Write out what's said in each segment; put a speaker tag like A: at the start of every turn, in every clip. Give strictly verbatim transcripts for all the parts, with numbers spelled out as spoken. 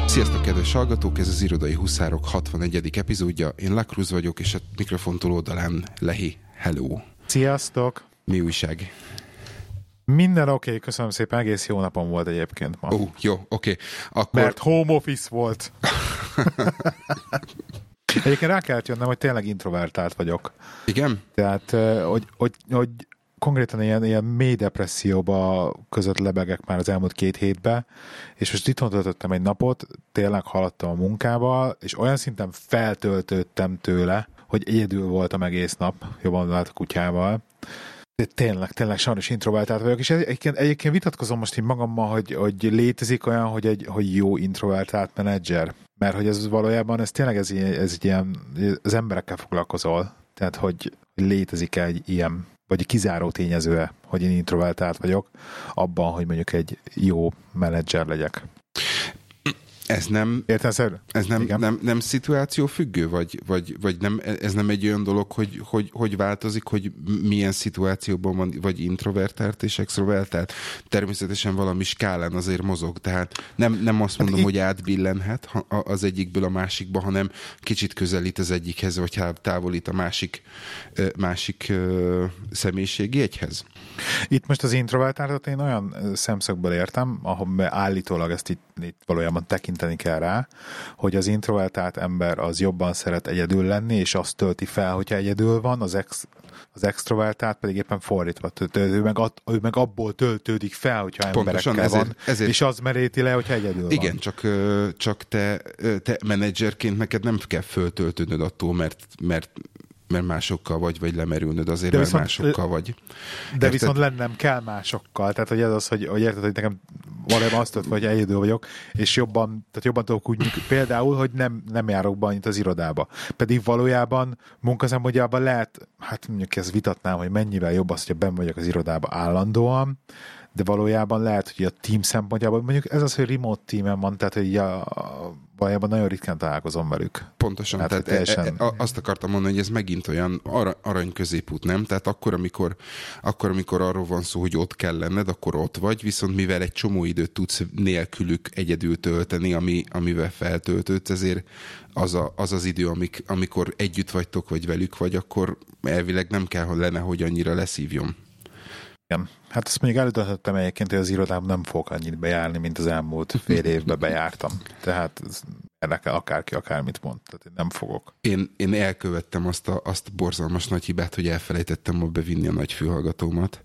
A: Sziasztok, kedves hallgatók! Ez az Irodai Huszárok hatvanegyedik epizódja. Én Lakruz vagyok, és a mikrofon túloldalán Lehi. Hello!
B: Sziasztok!
A: Mi újság?
B: Minden oké, okay, köszönöm szépen, egész jó napom volt egyébként ma.
A: Ó, oh, jó, oké. Okay. Akkor...
B: Mert home office volt. Egyébként rá kellett jönnöm, hogy tényleg introvertált vagyok.
A: Igen?
B: Tehát, hogy, hogy, hogy konkrétan ilyen, ilyen mély depresszióba között lebegek már az elmúlt két hétben, és most itthon töltöttem egy napot, tényleg haladtam a munkával, és olyan szinten feltöltődtem tőle, hogy egyedül voltam egész nap, jobban lehet a kutyával. De tényleg, tényleg sajnos introvertált vagyok, és egyébként, egyébként vitatkozom most így magammal, hogy, hogy létezik olyan, hogy egy hogy jó introvertált menedzser. Mert hogy ez valójában, ez tényleg ez, ez egy ilyen, az emberekkel foglalkozol. Tehát, hogy létezik egy ilyen, vagy kizáró tényező, hogy én introvertált vagyok, abban, hogy mondjuk egy jó menedzser legyek.
A: Ez nem,
B: Érted,
A: ez nem, nem, nem szituáció függő, vagy, vagy, vagy nem, ez nem egy olyan dolog, hogy, hogy, hogy változik, hogy milyen szituációban van, vagy introvertált és extrovertált. Természetesen valami skálán azért mozog, tehát nem, nem azt mondom, hát hogy átbillenhet az egyikből a másikba, hanem kicsit közelít az egyikhez, vagy távolít a másik, másik személyiségjegyhez.
B: Itt most az introvertáltat én olyan szemszögből értem, ahol állítólag ezt itt, itt valójában tekinteni kell rá, hogy az introvertált ember az jobban szeret egyedül lenni, és azt tölti fel, hogyha egyedül van, az, ex, az extrovertált pedig éppen fordítva, ő meg, at, ő meg abból töltődik fel, hogyha emberekkel ezért, van, ezért, és az meréti le, hogyha egyedül
A: igen,
B: van.
A: csak, csak te, te menedzserként neked nem kell föltöltődnöd attól, mert, mert mert másokkal vagy, vagy lemerülnöd azért, de mert viszont, másokkal vagy.
B: De érted? Viszont lennem kell másokkal. Tehát, hogy ez az, hogy, hogy érted, hogy nekem valójában azt tudod, hogy egyedül vagyok, és jobban, tehát jobban tudok úgy működni. Például, hogy nem, nem járok be annyit az irodába. Pedig valójában munkaszempontjában lehet, hát mondjuk ezt vitatnám, hogy mennyivel jobb az, hogyha benn vagyok az irodába állandóan, de valójában lehet, hogy a team szempontjából, mondjuk ez az, hogy remote teamen van, tehát hogy a, valójában nagyon ritkán találkozom velük.
A: Pontosan, hát, tehát teljesen... e, e, azt akartam mondani, hogy ez megint olyan arany középút, nem? Tehát akkor amikor, akkor, amikor arról van szó, hogy ott kell lenned, akkor ott vagy, viszont mivel egy csomó időt tudsz nélkülük egyedül tölteni, ami, amivel feltöltődsz, ezért az, a, az az idő, amik, amikor együtt vagytok, vagy velük vagy, akkor elvileg nem kell, hogy lenne, hogy annyira leszívjon.
B: Igen. Hát azt mondjuk előtöltöttem egyébként, hogy az irodában nem fogok annyit bejárni, mint az elmúlt fél évben bejártam. Tehát érdekel akárki akármit mond. Tehát én nem fogok. Én,
A: én elkövettem azt a, azt a borzalmas nagy hibát, hogy elfelejtettem ma bevinni a nagy fülhallgatómat.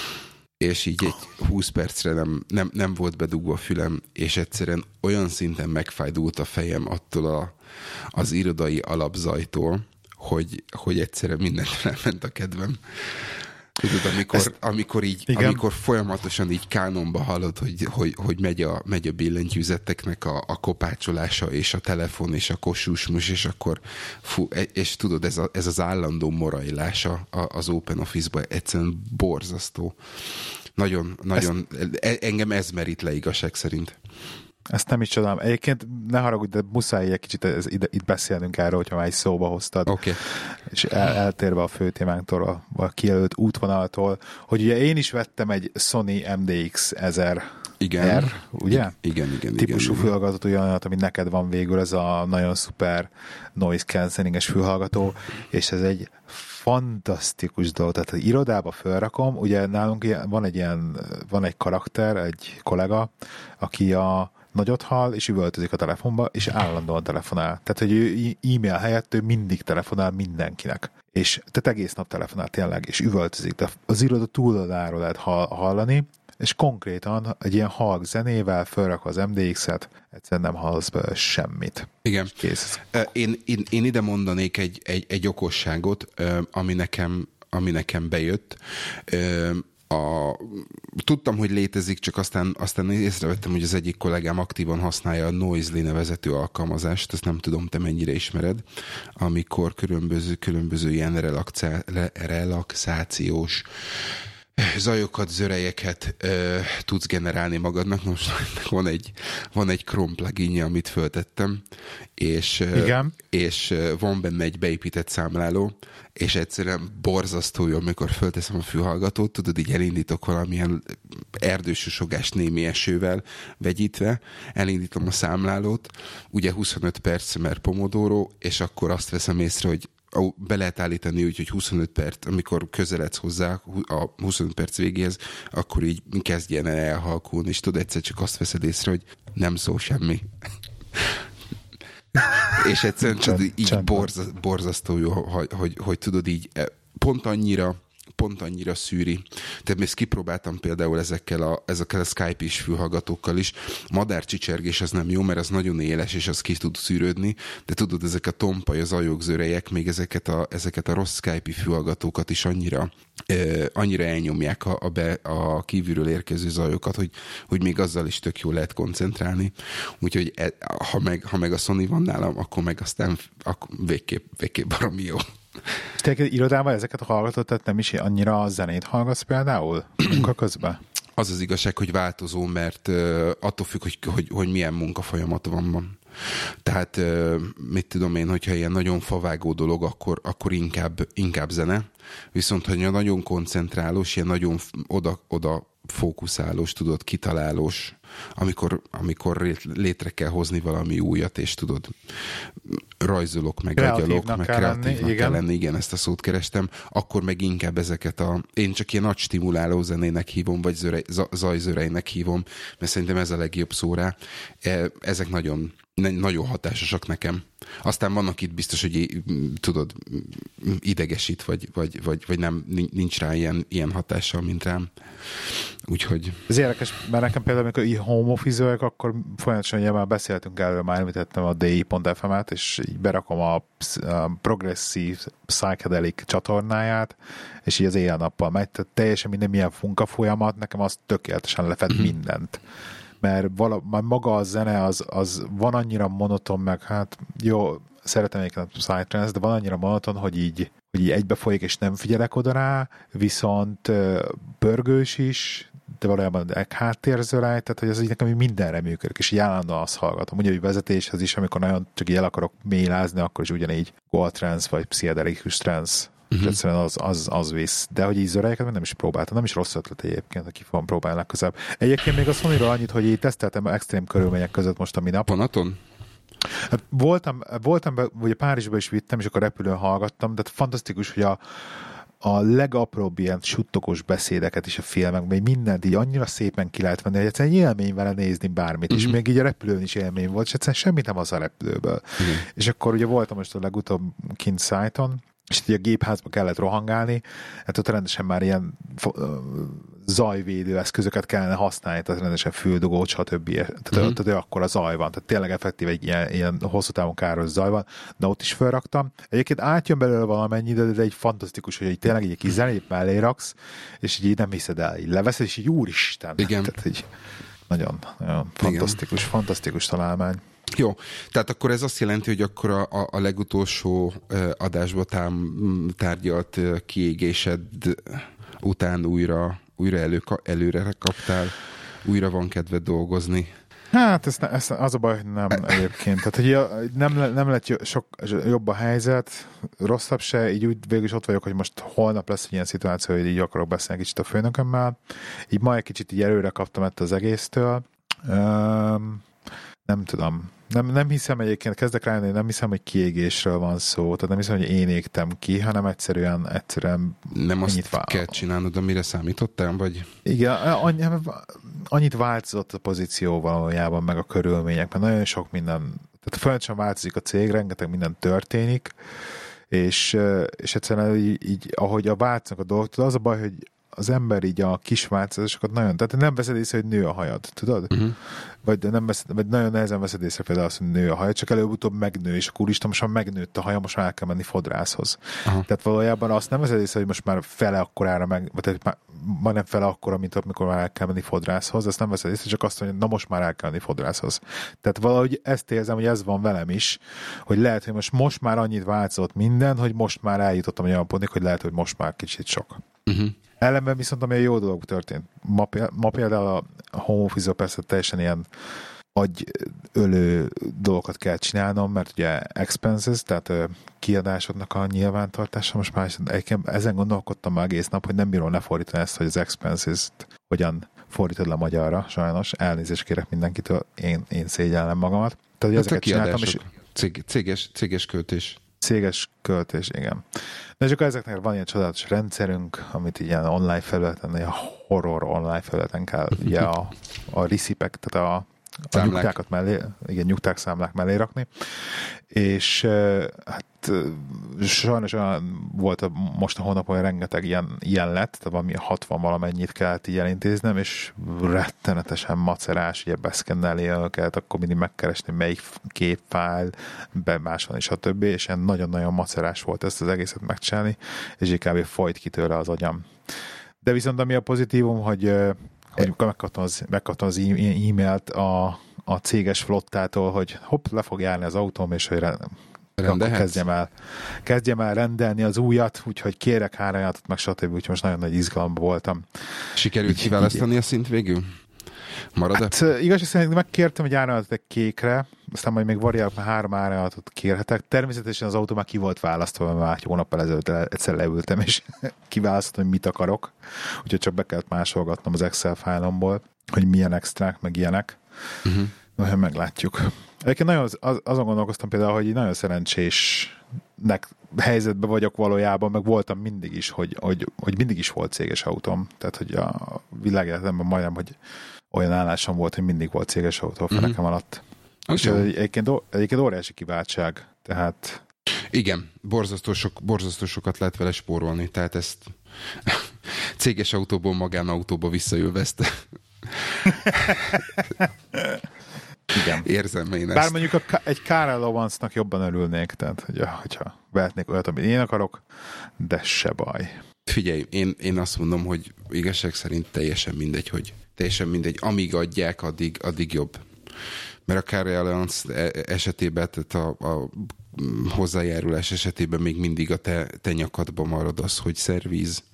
A: És így egy húsz percre nem, nem, nem volt bedugva a fülem, és egyszerűen olyan szinten megfájdult a fejem attól a, az irodai alapzajtól, hogy, hogy egyszerűen mindentől elment a kedvem. Tudod, amikor, Ezt, amikor, így, amikor folyamatosan így kánonba hallod, hogy, hogy, hogy megy, a, megy a billentyűzeteknek a, a kopácsolása, és a telefon, és a kossusmus, és akkor fú, és tudod, ez, a, ez az állandó morajlása az Open Office-ban egyszerűen borzasztó. Nagyon, nagyon, Ezt, engem ez merít le igazság szerint.
B: Ezt nem is csodálom. Egyébként ne haragudj, de muszáj egy kicsit ez, ide, itt beszélnünk erről, hogyha már egy szóba hoztad.
A: Okay.
B: És el, eltérve a fő témánktól, a, a kijelölt útvonaltól, hogy ugye én is vettem egy Sony em dé iksz ezer
A: igen.
B: R, ugye?
A: Igen, igen,
B: típusú
A: igen.
B: fülhallgató, olyanat, ami neked van végül, ez a nagyon szuper noise cancellinges fülhallgató, és ez egy fantasztikus dolog. Tehát, hogy irodába felrakom, ugye nálunk van egy ilyen, van egy karakter, egy kollega, aki a nagyot hall, és üvöltözik a telefonba, és állandóan telefonál. Tehát, hogy ő e-mail helyett ő mindig telefonál mindenkinek. És tehát egész nap telefonál tényleg, és üvöltözik. De az iroda túloldaláról lehet hallani, és konkrétan egy ilyen halk zenével felrakva az em dé iksz-et, egyszerűen nem hallasz belőle semmit.
A: Igen.
B: Kész.
A: Én, én, én ide mondanék egy, egy, egy okosságot, ami nekem, ami nekem bejött. A, tudtam, hogy létezik, csak aztán, aztán észrevettem, hogy az egyik kollégám aktívan használja a Noisely nevezetű alkalmazást, ezt nem tudom, te mennyire ismered, amikor különböző, különböző ilyen relaxá, relaxációs zajokat, zörejeket ö, tudsz generálni magadnak. Most van egy, van egy Chrome pluginje, amit föltettem, és, ö, és ö, van benne egy beépített számláló, és egyszerűen borzasztó jó, amikor fölteszem a fülhallgatót, tudod, így elindítok valamilyen erdősusogást némi esővel vegyítve, elindítom a számlálót, ugye huszonöt perc, mert Pomodoro, és akkor azt veszem észre, hogy be lehet állítani úgy, hogy huszonöt perc, amikor közeledsz hozzá a huszonöt perc végéhez, akkor így kezdjen el elhalkulni, és tudod, egyszer csak azt veszed észre, hogy nem szól semmi. És egyszerűen tudod, így borza, borzasztó jó, hogy, hogy, hogy tudod így pont annyira pont annyira szűri. Tehát még kipróbáltam például ezekkel a, ezekkel a Skype-is fülhallgatókkal is. Madárcsicsergés az nem jó, mert az nagyon éles, és az ki tud szűrődni, de tudod, ezek a tompaj, az ajokzörejek, még ezeket a, ezeket a rossz Skype-i fülhallgatókat is annyira, eh, annyira elnyomják a, a, be, a kívülről érkező zajokat, hogy, hogy még azzal is tök jól lehet koncentrálni. Úgyhogy e, ha, meg, ha meg a Sony van nálam, akkor meg aztán akkor végképp, végképp baromi jó.
B: Te irodában ezeket hallgatod, tehát nem is annyira zenét hallgatsz például munka közben?
A: Az az igazság, hogy változó, mert uh, attól függ, hogy, hogy, hogy milyen munkafolyamatom van. Tehát uh, mit tudom én, hogyha ilyen nagyon favágó dolog, akkor, akkor inkább, inkább zene. Viszont, ha nagyon koncentrálós, ilyen nagyon oda, oda fókuszálós, tudod, kitalálós, amikor, amikor létre kell hozni valami újat, és tudod, rajzolok, meg agyalok, meg kreatívnak kell, kell lenni, igen, ezt a szót kerestem, akkor meg inkább ezeket a, én csak ilyen nagy stimuláló zenének hívom, vagy zörej, zajzörejnek hívom, mert szerintem ez a legjobb szó rá. Ezek nagyon, nagyon hatásosak nekem. Aztán vannak itt biztos, hogy tudod, idegesít, vagy, vagy, vagy, vagy nem, nincs rá ilyen, ilyen hatással, mint rám. Úgyhogy...
B: Ez érdekes, mert nekem például, amikor így home office-olják, akkor folyamatosan ugye már beszéltünk erről, már említettem a D I pont F M-et, és így berakom a, a Progressive Psychedelic csatornáját, és így az éjjel-nappal megy, tehát teljesen minden milyen funka folyamat, nekem az tökéletesen lefed mm-hmm. mindent. Mert vala, maga a zene az, az van annyira monoton, meg hát jó, szeretem egyébként a Psytrance, de van annyira monoton, hogy így, hogy így egybe folyik, és nem figyelek oda rá, viszont pörgős is, de valójában egy háttérzőráj, tehát hogy az így nekem mindenre működik, és így állandóan azt hallgatom. Ugye, hogy vezetéshez is, amikor nagyon csak így el akarok mélázni, akkor is ugyanígy Gold Trance, vagy Psychedelicus Trance. Uh-huh. Egyszerűen az, az, az visz. De hogy így zörejeket még nem is próbáltam. Nem is rossz ötlet egyébként, aki fogom próbálni legközelebb. Egyébként még a Sonyról annyit, hogy így teszteltem extrém körülmények között most a minap.
A: Vonaton?
B: Hát voltam, voltam be, ugye Párizsba is vittem, és akkor repülőn hallgattam, de fantasztikus, hogy a, a legapróbb ilyen suttogós beszédeket is a filmekben, mindent így annyira szépen ki lehet venni, hogy egyszerűen élmény vele nézni bármit, uh-huh. és még így a repülőn is élmény volt, és egyszerűen semmit nem az a repülőből. Uh-huh. És akkor ugye voltam most a legutóbb kint szájton, és így a gépházba kellett rohangálni, hát ott rendesen már ilyen zajvédő eszközöket kellene használni, tehát rendesen füldugót, stb. Tehát, uh-huh. tehát akkor a zaj van, tehát tényleg effektív egy ilyen, ilyen hosszú távon káros zaj van, de ott is felraktam. Egyébként átjön belőle valamennyi, de, de egy fantasztikus, hogy így tényleg egy kis zenét mellé raksz, és így nem hiszed el, így leveszed, és így úristen.
A: Igen.
B: Tehát így nagyon, nagyon fantasztikus, Igen. fantasztikus találmány.
A: Jó, tehát akkor ez azt jelenti, hogy akkor a, a, a legutolsó adásba tám, tárgyalt kiégésed után újra, újra elő, előre kaptál, újra van kedved dolgozni.
B: Hát ez, ez az a baj, hogy nem egyébként. Tehát, hogy nem, nem lett sok, jobb a helyzet, rosszabb se, így úgy végül is ott vagyok, hogy most holnap lesz egy ilyen szituáció, hogy így akarok beszélni kicsit a főnökömmel. Így ma egy kicsit így előre kaptam ettől az egésztől. Um, nem tudom. Nem, nem hiszem egyébként, kezdek rájönni, nem hiszem, hogy kiégésről van szó, tehát nem hiszem, hogy én égtem ki, hanem egyszerűen, egyszerűen
A: nem azt vál... kell csinálnod, amire számítottál, vagy?
B: Igen, annyi, annyit változott a pozíció valójában, meg a körülmények, mert nagyon sok minden, tehát folyamatosan változik a cég, rengeteg minden történik, és, és egyszerűen így, így ahogy a változnak a dolgok, az a baj, hogy az ember így a kis változásokat nagyon, tehát nem veszed észre, hogy nő a hajad, tudod? Uh-huh. Vagy, nem veszed, vagy nagyon nehezen veszed észre például azt, hogy nő a hajad, csak előbb-utóbb megnő, és akkor úristen, most már megnőtt a haja, most már el kell menni fodrászhoz. Uh-huh. Tehát valójában azt nem veszed észre, hogy most már fele akkorára meg, vagy már majdnem fele akkora, mint amikor már el kell menni fodrászhoz, ezt nem veszed észre, csak azt mondja, na most már el kell menni fodrászhoz. Tehát valahogy ezt érzem, hogy ez van velem is, hogy lehet, hogy most, most már annyit változott minden, hogy most már eljutottam egy olyan pontig, hogy lehet, hogy most már kicsit sok.
A: Uh-huh.
B: Ellenben viszont ami a jó dolog történt. Ma, ma például a home office-a persze teljesen ilyen agyölő dolgokat kell csinálnom, mert ugye expenses, tehát kiadásoknak a nyilvántartása, most már ezen gondolkodtam már egész nap, hogy nem bírom lefordítani ezt, hogy az expenses-t hogyan fordítod le magyarra, sajnos. Elnézést kérek mindenkitől, én, én szégyellem magamat. Tehát, hogy ezeket csináltam, és
A: Cég, céges, céges költés.
B: Céges költés, igen. De csak ezeknek van ilyen csodálatos rendszerünk, amit ilyen online felületen, ilyen horror online felületen kell ugye a, a ricipek, tehát a, a nyugtákat mellé, igen, nyugták számlák mellé rakni. És hát sajnos olyan volt a, most a hónapon, hogy rengeteg ilyen, ilyen lett, tehát valami hatvan valamennyit kellett így elintéznem, és rettenetesen macerás, ugye beszkennelni őket, akkor mindig megkeresni, melyik képfájl, bemásolni, stb. És ilyen nagyon-nagyon macerás volt ezt az egészet megcsinálni, és így kb. Folyt ki tőle az agyam. De viszont ami a pozitívum, hogy hogy megkaptam az, megkaptam az e-mailt a, a céges flottától, hogy hopp, le fog járni az autóm, és hogy akkor kezdjem el, kezdjem el rendelni az újat, úgyhogy kérek árajánlatot, meg stb. Úgyhogy most nagyon nagy izgalomban voltam.
A: Sikerült kiválasztani a szint végül? Marad
B: hát, igaz, szerint megkértem egy árajánlatot egy kékre, aztán majd még variálok, mert három árajánlatot kérhetek. Természetesen az autó már ki volt választva, mert már egy hónappal ezelőtt egyszer leültem, és kiválasztottam, hogy mit akarok. Úgyhogy csak be kellett másolgatnom az Excel fájlomból, hogy milyen extrák, meg ilyenek. Uh-huh. Nagyon meglátjuk. Egyébként nagyon az, azon gondolkoztam például, hogy nagyon szerencsésnek helyzetben vagyok valójában, meg voltam mindig is, hogy, hogy, hogy mindig is volt céges autóm. Tehát, hogy a világéletemben majdnem, hogy olyan állásom volt, hogy mindig volt céges autó a fenekem uh-huh. alatt. És egyébként, egyébként óriási kiváltság. Tehát...
A: Igen, borzasztó, sok, borzasztó sokat lehet vele spórolni, tehát ezt céges autóból magánautóba visszaülve ezt.
B: Igen.
A: Érzem én ezt.
B: Bár mondjuk a, egy car allowance-nak jobban örülnék, tehát hogy, hogyha vehetnék olyat, amit én akarok, de se baj.
A: Figyelj, én, én azt mondom, hogy igazság szerint teljesen mindegy, hogy teljesen mindegy, amíg adják, addig, addig jobb. Mert a car allowance esetében, tehát a, a hozzájárulás esetében még mindig a te, te nyakadban marad az, hogy szervíz,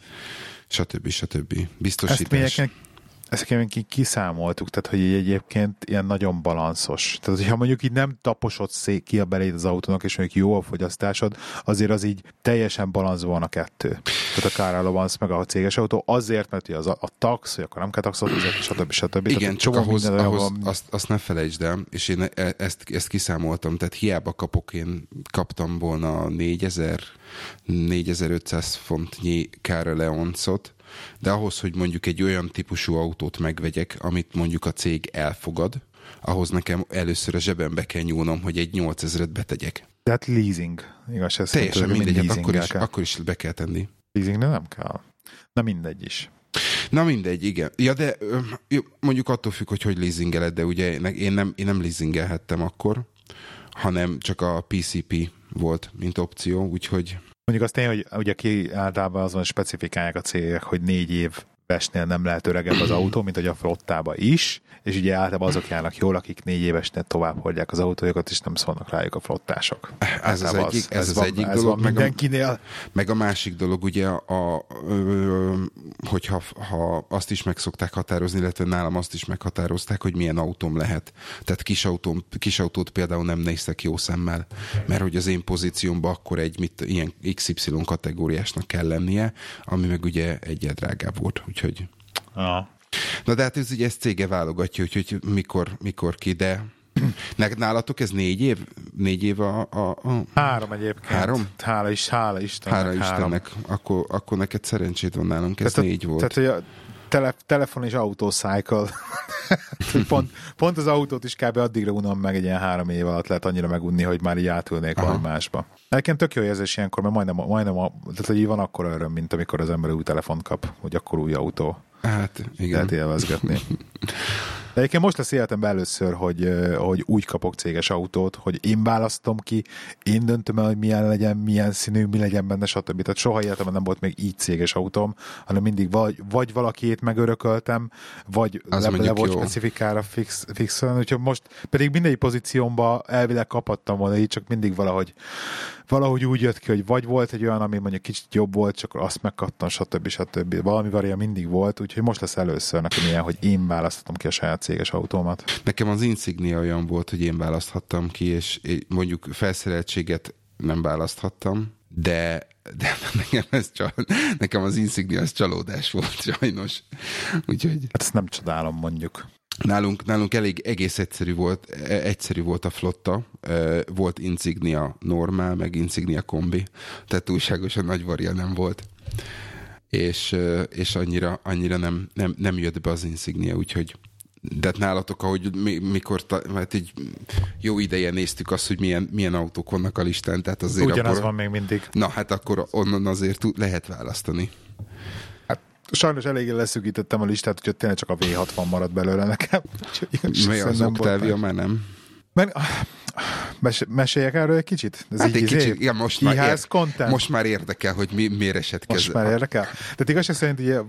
A: stb. stb. Biztosítás.
B: Ezt kiszámoltuk, tehát hogy egyébként ilyen nagyon balanszos. Tehát, hogyha mondjuk így nem taposodsz ki a beléd az autónak, és mondjuk jó a fogyasztásod, azért az így teljesen balanszban van a kettő. Tehát a car allowance meg a céges autó azért, mert az a, a tax, hogy akkor nem kell taxot, stb. stb.
A: Igen,
B: tehát,
A: csak ahhoz, ahhoz azt, azt ne felejtsd el, és én ezt, ezt kiszámoltam, tehát hiába kapok, én kaptam volna négyezer, négyezer-ötszáz fontnyi car allowance-ot, de ahhoz, hogy mondjuk egy olyan típusú autót megvegyek, amit mondjuk a cég elfogad, ahhoz nekem először a zsebembe kell nyúlnom, hogy egy nyolcezret betegyek.
B: Tehát leasing, igaz? Ez
A: teljesen mindegy, hát akkor, is, akkor is be kell tenni.
B: Leasing nem kell. Na mindegy is.
A: Na mindegy, igen. Ja, de mondjuk attól függ, hogy hogy leasingeled, de ugye én nem, én nem leasingelhettem akkor, hanem csak a pé cé pé volt, mint opció, úgyhogy...
B: Mondjuk azt én, hogy ugye ki általában azon specifikálják a cégek, hogy négy évesnél nem lehet öregebb az autó, mint hogy a flottába is, és ugye általában azok járnak jól, akik négy évesnél tovább hordják az autójukat, és nem szólnak rájuk a flottások.
A: Ez az, az egyik, ez ez az
B: van,
A: egyik
B: ez
A: dolog.
B: Meg a,
A: meg a másik dolog, ugye, a, ö, hogyha ha azt is meg szokták határozni, illetve nálam azt is meghatározták, hogy milyen autóm lehet. Tehát kis, autóm, kis autót például nem néztek jó szemmel, mert hogy az én pozíciómban akkor egy mit, ilyen iksz ipszilon kategóriásnak kell lennie, ami meg ugye egyel drágább volt, úgyhogy...
B: Aha.
A: Na de hát ez ugye ezt cége válogatja, hogy mikor, mikor ki, de nálatok ez négy év? Négy év a... a, a...
B: Három egyébként.
A: Három?
B: Hála, is, hála Istennek.
A: Hála Istennek. Akkor, akkor neked szerencséd van, nálunk ez tehát négy a, volt.
B: Tehát, hogy a tele, telefon és autócycle. pont, pont az autót is kb. Addigra unom meg, egy ilyen három év alatt lehet annyira megunni, hogy már így átülnék valami másba. Egyébként tök jó érzés ilyenkor, mert majdnem, majdnem a, tehát, hogy van akkor öröm, mint amikor az ember új telefont kap, hogy akkor új autó.
A: Hát, igen.
B: Lehet élvezgetni. De egyébként most lesz életemben először, hogy, hogy úgy kapok céges autót, hogy én választom ki, én döntöm el, hogy milyen legyen, milyen színű, mi legyen benne, stb. Tehát soha életemben nem volt még így céges autóm, hanem mindig vagy, vagy valakiét megörököltem, vagy le, le volt specifikára fix, fixen, úgyhogy most pedig mindegyik pozíciómba elvileg kaphattam volna így, csak mindig valahogy valahogy úgy jött ki, hogy vagy volt egy olyan, ami mondjuk kicsit jobb volt, csak azt megkaptam, stb. stb. Valami varia mindig volt, úgyhogy most lesz először nekem ilyen, hogy én választhatom ki a saját céges autómat.
A: Nekem az Insignia olyan volt, hogy én választhattam ki, és mondjuk felszereltséget nem választhattam, de, de nekem, ez csal, nekem az Insignia az csalódás volt sajnos. Úgyhogy...
B: Hát ezt nem csodálom, mondjuk.
A: Nálunk, nálunk elég egész egyszerű volt, egyszerű volt a flotta. Volt Insignia normál, meg Insignia kombi, tehát túlságosan nagy varia nem volt. És, és annyira, annyira nem, nem, nem jött be az Insignia, úgyhogy de hát nálatok, ahogy mikor, hát így jó ideje néztük azt, hogy milyen, milyen autók vannak a listán, tehát azért
B: ugyanaz
A: akkor,
B: van még mindig.
A: Na hát akkor onnan azért lehet választani.
B: Sajnos eléggé leszűkítettem a listát, úgyhogy tényleg csak a vé hatvan maradt belőle nekem.
A: Mi az Octavia már nem?
B: Men, mes, meséljek erről egy kicsit? Ez
A: hát
B: egy
A: kicsit, ja, most, már ér,
B: content.
A: most már érdekel, hogy mi, miért esett kezdve.
B: Most már érdekel? Tehát igazság szerint ugye,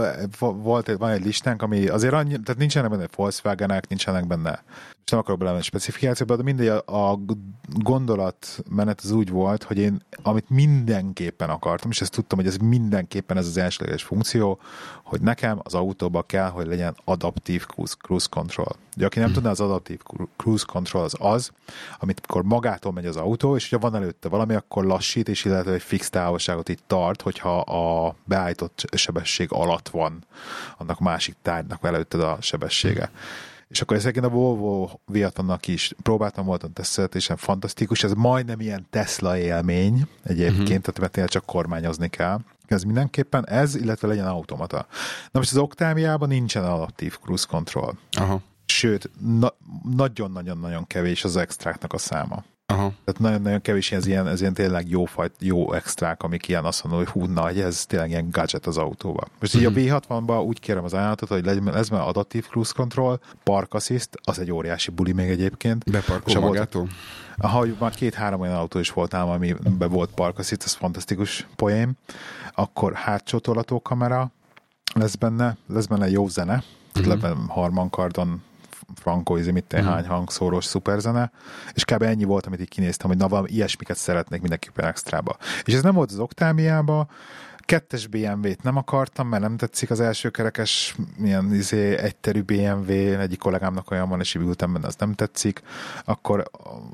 B: volt, van egy listánk, ami azért annyi, tehát nincsenek benne Volkswagenek, nincsenek benne, és nem akarok belemenni specifikációba, de mindegy a, a gondolatmenet az úgy volt, hogy én, amit mindenképpen akartam, és ezt tudtam, hogy ez mindenképpen ez az elsődleges funkció, hogy nekem az autóba kell, hogy legyen adaptív cruise, cruise control. Ugye, aki nem tudná, az adaptív cruise control az az, amikor magától megy az autó, és hogyha van előtte valami, akkor lassít, és illetve egy fix távolságot itt tart, hogyha a beállított sebesség alatt van annak másik tárgynak előtted a sebessége. És akkor ezeken a Volvo vé hatvannak is próbáltam, voltam teszteltetésen, fantasztikus, ez majdnem ilyen Tesla élmény egyébként, uh-huh. tehát mert tényleg csak kormányozni kell. Ez mindenképpen ez, illetve legyen automata. Na most az Octaviában nincsen adaptív cruise control.
A: Aha. Sőt,
B: na- nagyon-nagyon-nagyon kevés az extráknak a száma.
A: Aha.
B: Tehát nagyon-nagyon kevés ez ilyen, ez ilyen tényleg jó, fajt, jó extrák, amik ilyen azt mondom, hogy hú, nagy, ez tényleg ilyen gadget az autóba. Most uh-huh. így a vé hatvanban úgy kérem az ajánlatot, hogy legyen, ez már adaptív cruise control, park assist, az egy óriási buli még egyébként.
A: Beparkol magától?
B: Aha, már két-három olyan autó is volt ám, amiben volt park assist, ez fantasztikus poém. Akkor hátsó tolatókamera lesz benne, lesz benne jó zene, uh-huh. lebben Harman Kardon Franco, izi mit mm. hány hangszórós szuperzene, és kb. Ennyi volt, amit így kinéztem, hogy na valami ilyesmiket szeretnék mindenképpen extrába. És ez nem volt az Octaviában, kettes bé em vét nem akartam, mert nem tetszik az első kerekes, ilyen izé, egyterű bé em vé, egyik kollégámnak olyan van, és így ültem benne, az nem tetszik. Akkor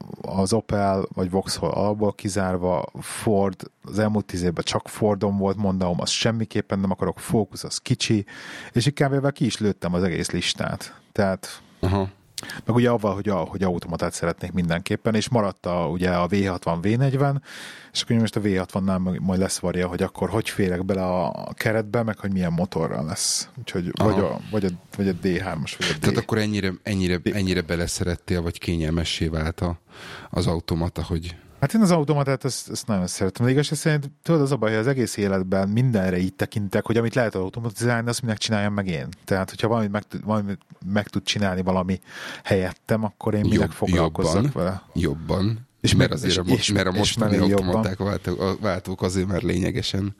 B: az Opel, vagy Vauxhall alapból kizárva, Ford, az elmúlt tíz évben csak Fordon volt, mondom, az semmiképpen nem akarok, Focus az kicsi, és így kb. Ki is lőttem az egész listát. Tehát
A: aha.
B: Meg ugye avval, hogy, hogy automatát szeretnék mindenképpen, és maradt a, ugye a vé hatvan vé negyven, és akkor most a vé hatvannál majd lesz varja, hogy akkor hogy férek bele a keretbe, meg hogy milyen motorral lesz. Úgyhogy vagy a, vagy, a, vagy a dé hármas, vagy a D.
A: Tehát akkor ennyire, ennyire, ennyire beleszerettél, vagy kényelmessé vált a, az automata, hogy...
B: Hát én az automatát ezt, ezt nagyon szeretem. De igazság szerint tudod, az a baj, hogy az egész életben mindenre így tekintek, hogy amit lehet automatizálni, azt minek csináljam meg én. Tehát, hogyha valamit meg, valamit meg tud csinálni valami helyettem, akkor én minek foglalkozzak
A: jobban,
B: vele.
A: Jobban. És mert azért a, és, mert a mostani automaták váltók, váltók azért már lényegesen.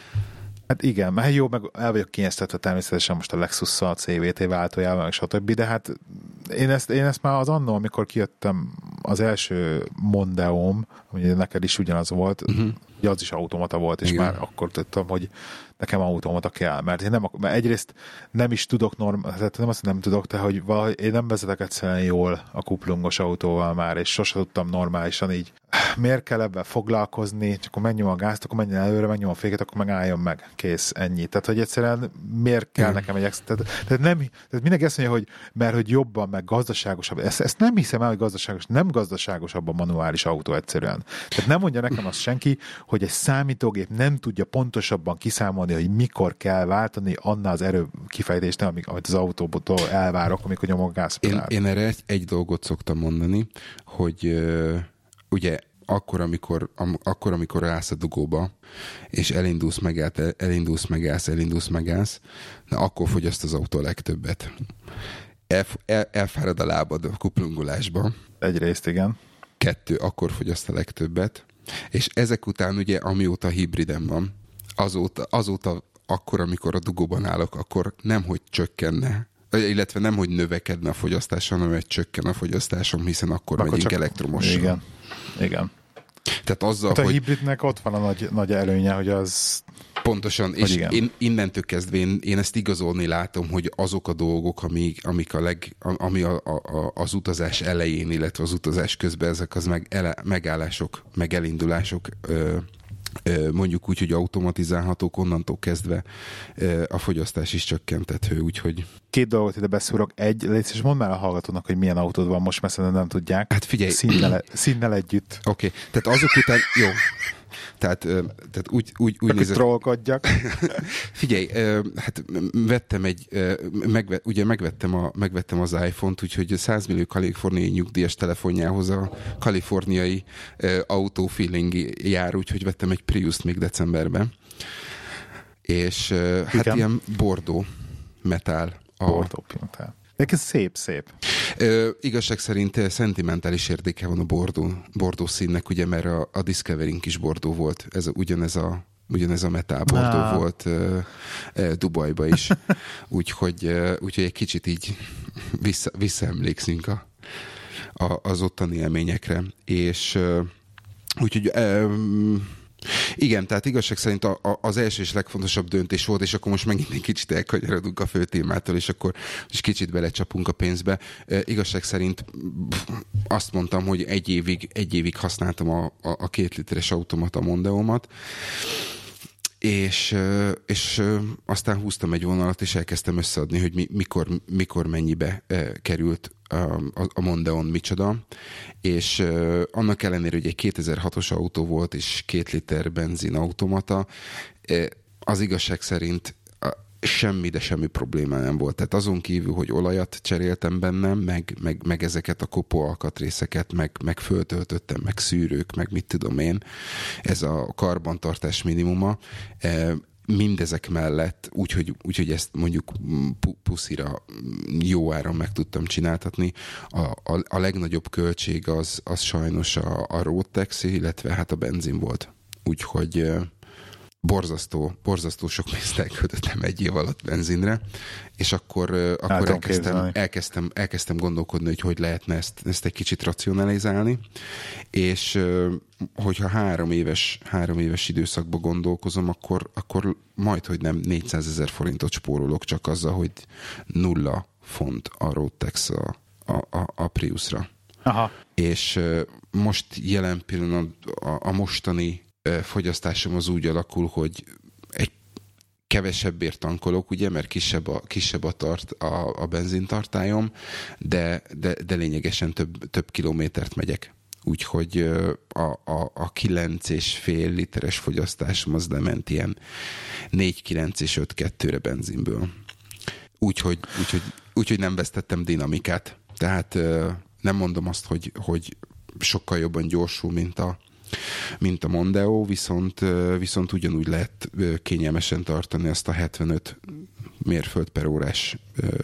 B: Hát igen, mert jó, meg el vagyok kényeztetve természetesen most a Lexus-szal, a cé vé té váltójával, meg stb. De hát én ezt, én ezt már az annó, amikor kijöttem az első Mondeóm, ugye neked is ugyanaz volt, uh-huh. ugye az is automata volt, és igen. Már akkor tudtam, hogy nekem automata kell, mert én nem, mert egyrészt nem is tudok normál, tehát nem azt nem tudok, de hogy valahogy én nem vezetek egyszerűen jól a kuplungos autóval már, és sose tudtam normálisan így, miért kell ebben foglalkozni, csak akkor menjünk a gázt, akkor menjen előre, menjünk a féket, akkor meg álljon meg, kész, ennyi. Tehát, hogy egyszerűen miért kell hmm. nekem egy extra, tehát, tehát, nem, tehát mindenki azt mondja, hogy mert hogy jobban, meg gazdaságosabb, ezt, ezt nem hiszem el, hogy gazdaságos, nem gazdaságosabb a manuális autó egyszerűen. Tehát nem mondja nekem azt senki, hogy egy számítógép nem tudja pontosabban kiszámolni, hogy mikor kell váltani annál az erő kifejtésnél, amit az autóból elvárok, amikor nyomok gázpedált.
A: Én, én erre egy, egy dolgot szoktam mondani, hogy uh, ugye akkor amikor, am, akkor, amikor állsz a dugóba, és elindulsz, megállsz, elindulsz, megállsz, elindulsz, megállsz, na akkor fogyaszt az autó a legtöbbet. elf, el, elfárad a lábad a kuplungolásba.
B: Egyrészt, igen.
A: Kettő, akkor fogyaszt a legtöbbet. És ezek után ugye, amióta hibriden van, azóta, azóta akkor, amikor a dugóban állok, akkor nemhogy csökkenne, illetve nemhogy növekedne a fogyasztásom, hanem hogy csökken a fogyasztásom, hiszen akkor, akkor megyünk elektromossal.
B: Igen, igen.
A: Tehát azzal,
B: hát a
A: hogy...
B: hibridnek ott van a nagy, nagy előnye, hogy az...
A: Pontosan, és igen. én innentől kezdve én, én ezt igazolni látom, hogy azok a dolgok, amik, amik a leg, ami a, a, az utazás elején, illetve az utazás közben ezek az meg, ele, megállások, meg elindulások, ö, ö, mondjuk úgy, hogy automatizálhatók, onnantól kezdve ö, a fogyasztás is csökkentető, úgyhogy...
B: Két dolgot ide beszúrok. Egy, légy és mondd már a hallgatónak, hogy milyen autód van most, mert szerintem nem tudják.
A: Hát figyelj...
B: Színnel, színnel együtt.
A: Oké, okay. Tehát azok után... Jó. Tehát, tehát úgy, úgy, úgy
B: nézett... trollkodjak.
A: Figyelj, hát vettem egy, megve, ugye megvettem, a, megvettem az iPhone-t, úgyhogy száz millió kaliforniai nyugdíjas telefonjához a kaliforniai autófeeling jár, úgyhogy vettem egy Prius-t még decemberben. És hát igen. Ilyen bordó metál. A...
B: Bordó metál. De ez szép, szép.
A: Ö, igazság szerint szentimentális értéke van a bordó, bordó színnek, ugye, mert a, a Discovery-nk is bordó volt. Ez a, ugyanez a ugyanez a metál bordó ah. volt uh, uh, Dubajba is. úgyhogy, uh, úgyhogy egy kicsit így vissza, visszaemlékszünk a, a, az ottani élményekre. És uh, úgyhogy um, igen, tehát igazság szerint a, a, az első és legfontosabb döntés volt, és akkor most megint egy kicsit elkanyarodunk a fő témától, és akkor is kicsit belecsapunk a pénzbe. E, igazság szerint azt mondtam, hogy egy évig, egy évig használtam a, a, a két literes automata Mondeómat, és, és aztán húztam egy vonalat, és elkezdtem összeadni, hogy mi, mikor, mikor mennyibe került a, a Mondeon micsoda, és annak ellenére, hogy egy kétezer-hatos autó volt, és két liter benzin automata, az igazság szerint semmi, de semmi probléma nem volt. Tehát azon kívül, hogy olajat cseréltem bennem, meg, meg, meg ezeket a kopó alkatrészeket, meg, meg föltöltöttem, meg szűrők, meg mit tudom én, ez a karbantartás minimuma, mindezek mellett, úgyhogy, úgyhogy ezt mondjuk puszira jó áron meg tudtam csináltatni. A, a, a legnagyobb költség az, az sajnos a, a road taxi, illetve hát a benzin volt. Úgyhogy borzasztó, borzasztó sok pénzt elköltöttem egy év alatt benzinre, és akkor, akkor elkezdtem, elkezdtem, elkezdtem gondolkodni, hogy hogy lehetne ezt, ezt egy kicsit racionalizálni, és hogyha három éves, három éves időszakban gondolkozom, akkor, akkor majd, hogy nem négyszázezer forintot spórolok csak azzal, hogy nulla font a road tax a, a, a, a Priusra.
B: Aha.
A: És most jelen pillanat a, a mostani fogyasztásom az úgy alakul, hogy egy kevesebbért tankolok, ugye, mert kisebb a, kisebb a, tart, a, a benzintartályom, de, de, de lényegesen több, több kilométert megyek. Úgyhogy a, a, a kilenc és fél literes fogyasztásom az lement ilyen négy kilenc és öt kettőre benzinből. Úgyhogy, úgyhogy, úgyhogy nem vesztettem dinamikát. Tehát nem mondom azt, hogy, hogy sokkal jobban gyorsul, mint a mint a Mondeo, viszont, viszont ugyanúgy lehet kényelmesen tartani azt a hetvenöt mérföld per órás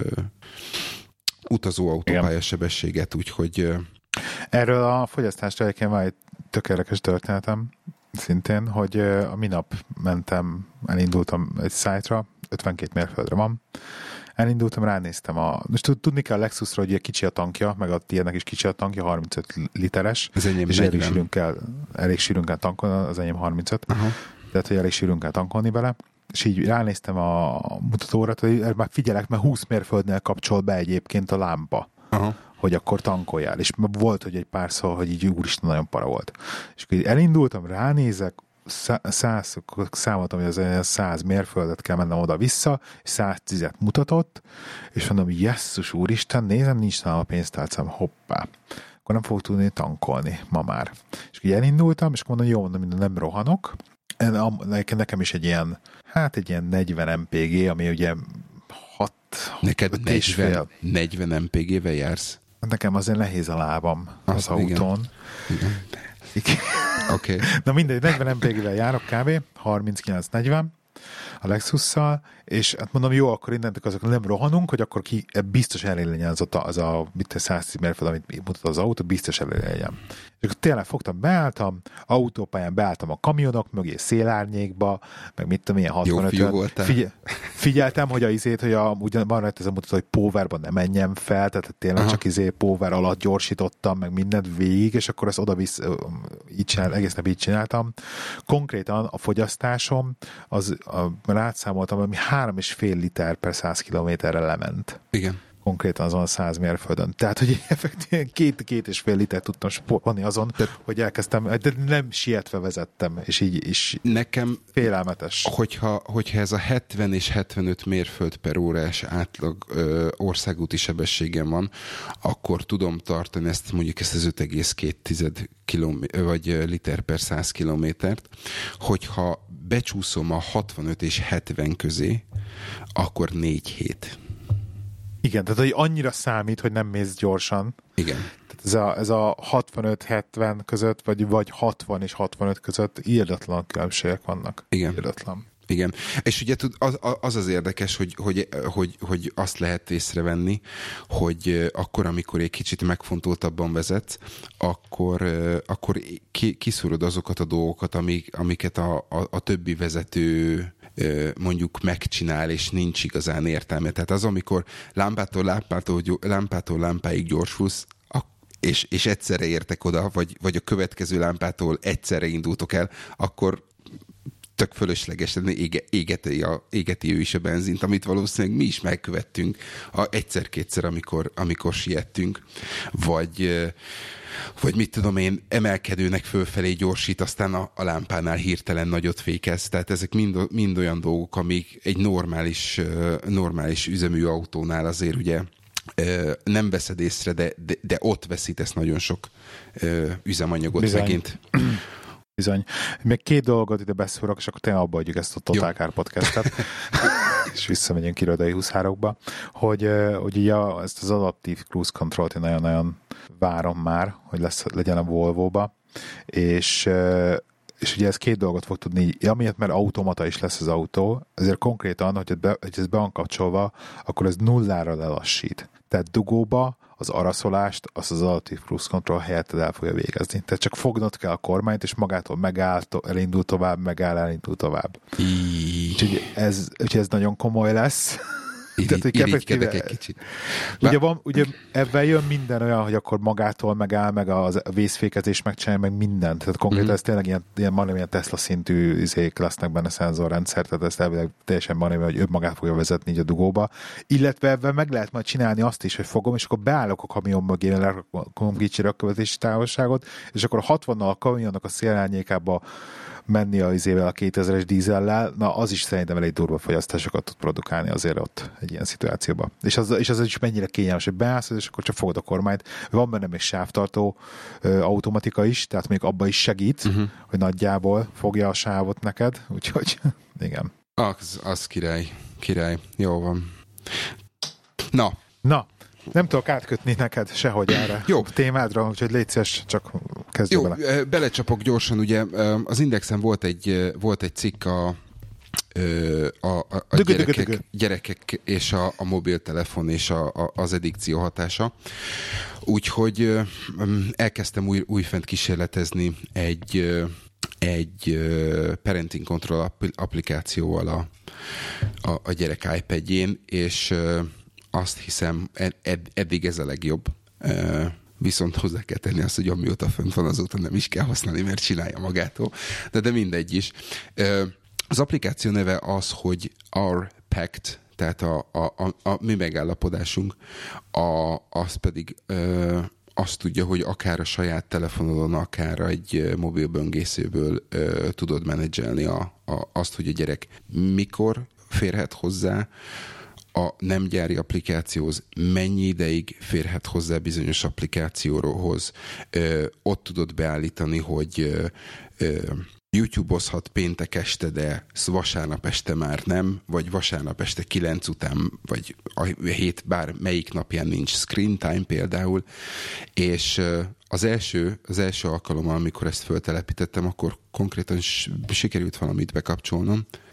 A: utazó autópálya sebességet, úgyhogy...
B: Erről a fogyasztásra egyébként van egy tökéletes történetem szintén, hogy a minap mentem, elindultam egy szájtra, ötvenkét mérföldre van, elindultam, ránéztem a... Most tudni kell a Lexusra, hogy kicsi a tankja, meg a tiédnek is kicsi a tankja, harmincöt literes.
A: Ez enyém
B: és elég sűrűn kell, elég sűrűn kell tankolni, az enyém harmincöt. Aha. Tehát, hogy elég sűrűn kell tankolni bele. És így ránéztem a mutatóra, hogy már figyelek, mert húsz mérföldnél kapcsol be egyébként a lámpa. Aha. Hogy akkor tankoljál. És volt, hogy egy pár szó, hogy így úristen, nagyon para volt. És akkor elindultam, ránézek, száz, számoltam, hogy az száz mérföldet kell mennem oda-vissza, és száztízet mutatott, és mondom, jesszus úristen, nézem, nincs nálam a pénztárcám, hoppá. Akkor nem fogok tudni tankolni ma már. És így elindultam, és mondom, jó, mondom, nem rohanok. Nekem is egy ilyen, hát egy ilyen negyven em pé gé, ami ugye hat,
A: neked negyven, negyven em pé gével jársz?
B: Nekem azért nehéz a lábam az, az autón.
A: Igen. igen. Oké. Okay.
B: Na mindegy, negyven em pé gével járok kb. harminckilenc negyven. a Lexusszal, és hát mondom, jó, akkor innentől azok nem rohanunk, hogy akkor ki biztos elég legyen az a, az a mit, száz tíz mérföld, amit mutat az autó, biztos elég legyen. És akkor tényleg fogtam, beálltam, autópályán beálltam a kamionok mögé, szélárnyékba, meg mit tudom, ilyen hatvanöt. Figyel, figyeltem, hogy a izét, hogy a, ugyan van rajta ez a mutató, hogy powerban ne menjen fel, tehát tényleg Aha. csak izé power alatt gyorsítottam, meg mindent végig, és akkor ezt oda-visz, így csinál, egész nap így csináltam. Konkrétan a fogyasztásom, az rátszámoltam, ami három és fél liter per száz kilométerre lement.
A: Igen.
B: Konkrétan azon a száz mérföldön. Tehát, hogy effektíven két, két és fél liter tudtam sportolni azon, Te, hogy elkezdtem, de nem sietve vezettem, és így is
A: nekem
B: félelmetes.
A: Hogyha, hogyha ez a hetven és hetvenöt mérföld per órás átlag ö, országúti sebességem van, akkor tudom tartani ezt, mondjuk ezt az öt egész két kilométer, vagy liter per száz kilométert, hogyha becsúszom a hatvanöt és hetven közé, akkor négy hét.
B: Igen, tehát hogy annyira számít, hogy nem mész gyorsan.
A: Igen.
B: Tehát ez a, ez a hatvanöt hetven között, vagy, vagy hatvan és hatvanöt között írdatlan különbségek vannak.
A: Igen.
B: Írdatlan.
A: Igen. És ugye az az, az érdekes, hogy, hogy, hogy, hogy azt lehet észrevenni, hogy akkor, amikor egy kicsit megfontoltabban vezetsz, akkor, akkor kiszúrod azokat a dolgokat, amik, amiket a, a, a többi vezető mondjuk megcsinál, és nincs igazán értelme. Tehát az, amikor lámpától lámpától, lámpától lámpáig gyorsulsz, és, és egyszerre értek oda, vagy, vagy a következő lámpától egyszerre indultok el, akkor tök fölöslegesen ége, égeti, a, égeti ő is a benzint, amit valószínűleg mi is megkövettünk a egyszer-kétszer, amikor, amikor siettünk. Vagy, vagy mit tudom én, emelkedőnek fölfelé gyorsít, aztán a, a lámpánál hirtelen nagyot fékez. Tehát ezek mind, mind olyan dolgok, amik egy normális, normális üzemű autónál azért ugye nem veszed észre, de, de, de ott veszítesz nagyon sok üzemanyagot
B: Bizony.
A: megint.
B: Bizony. Még két dolgot ide beszúrok, és akkor tényleg abba adjuk ezt a Total Car podcastet, és visszamegyünk irodai huszárokba, hogy, hogy ugye ezt az adaptív cruise control-t én nagyon-nagyon várom már, hogy lesz, legyen a Volvo-ba, és, és ugye ez két dolgot fog tudni, amiatt, mert automata is lesz az autó, ezért konkrétan, hogy, be, hogy ez be van kapcsolva, akkor ez nullára lelassít. Tehát dugóba az araszolást, azt az adaptív cruise control helyetted el fogja végezni. Tehát csak fognod kell a kormányt, és magától megáll, elindul tovább, megáll, elindul tovább. Úgyhogy ez, úgyhogy ez nagyon komoly lesz.
A: Irigykedek egy kicsit.
B: Ugye, van, ugye ebben jön minden olyan, hogy akkor magától megáll, meg a vészfékezés megcsinálja, meg mindent. Tehát konkrétan mm-hmm. ez tényleg ilyen, ilyen majdnem ilyen Tesla szintű izék lesznek benne szenzorrendszer, tehát ezt elvileg teljesen majdnem, hogy ő magát fogja vezetni így a dugóba. Illetve ebben meg lehet majd csinálni azt is, hogy fogom, és akkor beállok a kamion mögé, lerakom kicsi rökkövetési távolságot, és akkor a hatvannal a kamionnak a szélárnyékába menni a izével a kétezres dízellel, na az is szerintem elég durva fogyasztásokat tud produkálni azért ott egy ilyen szituációban. És az, és az is mennyire kényelmes, hogy beállsz, és akkor csak fogod a kormányt. Van benne még sávtartó ö, automatika is, tehát még abba is segít, uh-huh. hogy nagyjából fogja a sávot neked, úgyhogy igen.
A: Az, az király, király. Jó van. Na.
B: Na. Nem tudok átkötni neked sehogy erre
A: Jó.
B: a témádra, úgyhogy légy szíves, csak kezdjük
A: Jó,
B: bele.
A: belecsapok gyorsan, ugye az Indexen volt egy, volt egy cikk a, a, a, a
B: dögö,
A: gyerekek,
B: dögö, dögö.
A: gyerekek és a, a mobiltelefon és a, a, az addikció hatása. Úgyhogy elkezdtem új, újfent kísérletezni egy, egy parenting control applikációval a, a, a gyerek iPadjén, és azt hiszem, ed, eddig ez a legjobb. Viszont hozzá kell tenni azt, hogy amióta fönt van, azóta nem is kell használni, mert csinálja magától. De, de mindegy is. Az applikáció neve az, hogy Our Pact, tehát a, a, a, a mi megállapodásunk, a, az pedig ö, azt tudja, hogy akár a saját telefonodon, akár egy mobil böngészőből ö, tudod menedzselni a, a, azt, hogy a gyerek mikor férhet hozzá a nem gyári applikációhoz, mennyi ideig férhet hozzá bizonyos applikációhoz. Ö, ott tudod beállítani, hogy ö, ö, YouTube-ozhat péntek este, de vasárnap este már nem, vagy vasárnap este kilenc után, vagy a hét bár melyik napján nincs screen time például, és az első, az első alkalommal, amikor ezt föltelepítettem, akkor konkrétan sikerült valamit bekapcsolnom,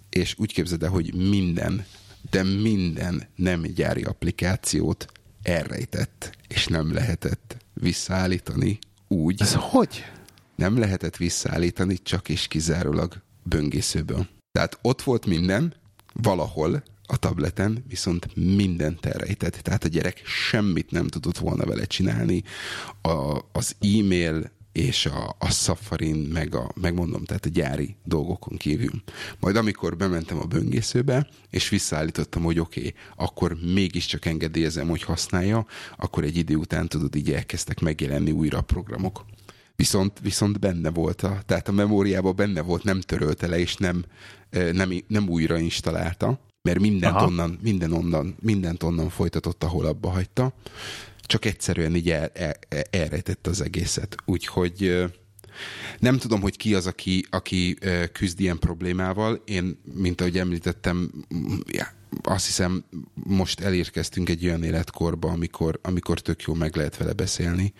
A: és úgy képzeld el, hogy minden, de minden nem gyári applikációt elrejtett, és nem lehetett visszaállítani úgy.
B: Ez hogy?
A: Nem lehetett visszaállítani csak és kizárólag böngészőből. Tehát ott volt minden, valahol a tableten, viszont mindent elrejtett. Tehát a gyerek semmit nem tudott volna vele csinálni. A, az e-mail és a, a Safarin, meg a, megmondom, tehát a gyári dolgokon kívül. Majd amikor bementem a böngészőbe, és visszaállítottam, hogy oké, okay, akkor mégiscsak engedélyezem, hogy használja, akkor egy idő után tudod, így elkezdtek megjelenni újra a programok. Viszont, viszont benne volt, a, tehát a memóriában benne volt, nem törölte le, és nem, nem, nem újra installálta, mert mindent onnan, minden onnan, mindent onnan folytatott, ahol abba hagyta. Csak egyszerűen így el, el, elrejtette az egészet. Úgyhogy nem tudom, hogy ki az, aki, aki küzd ilyen problémával. Én, mint ahogy említettem, azt hiszem, most elérkeztünk egy olyan életkorba, amikor, amikor tök jó meg lehet vele beszélni.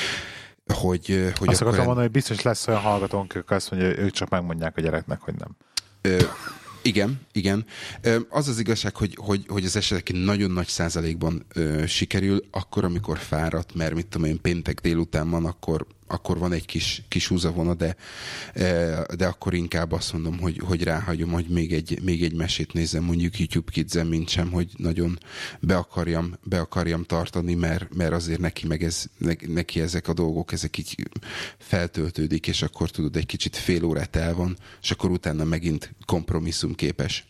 A: Hogy, hogy
B: azt akartam mondani, hogy biztos lesz olyan hallgatónk, ők azt mondja, hogy ők csak megmondják a gyereknek, hogy nem.
A: Ö, igen, igen. Ö, az az igazság, hogy, hogy, hogy az esetek nagyon nagy százalékban ö, sikerül, akkor, amikor fáradt, mert mit tudom én, péntek délután van, akkor, akkor van egy kis, kis húzavona, de, de akkor inkább azt mondom, hogy, hogy ráhagyom, hogy még egy, még egy mesét nézzem, mondjuk YouTube Kids-en, mint sem, hogy nagyon be akarjam, be akarjam tartani, mert, mert azért neki, meg ez, neki ezek a dolgok, ezek így feltöltődik, és akkor tudod, egy kicsit fél órát el van, és akkor utána megint kompromisszumképes.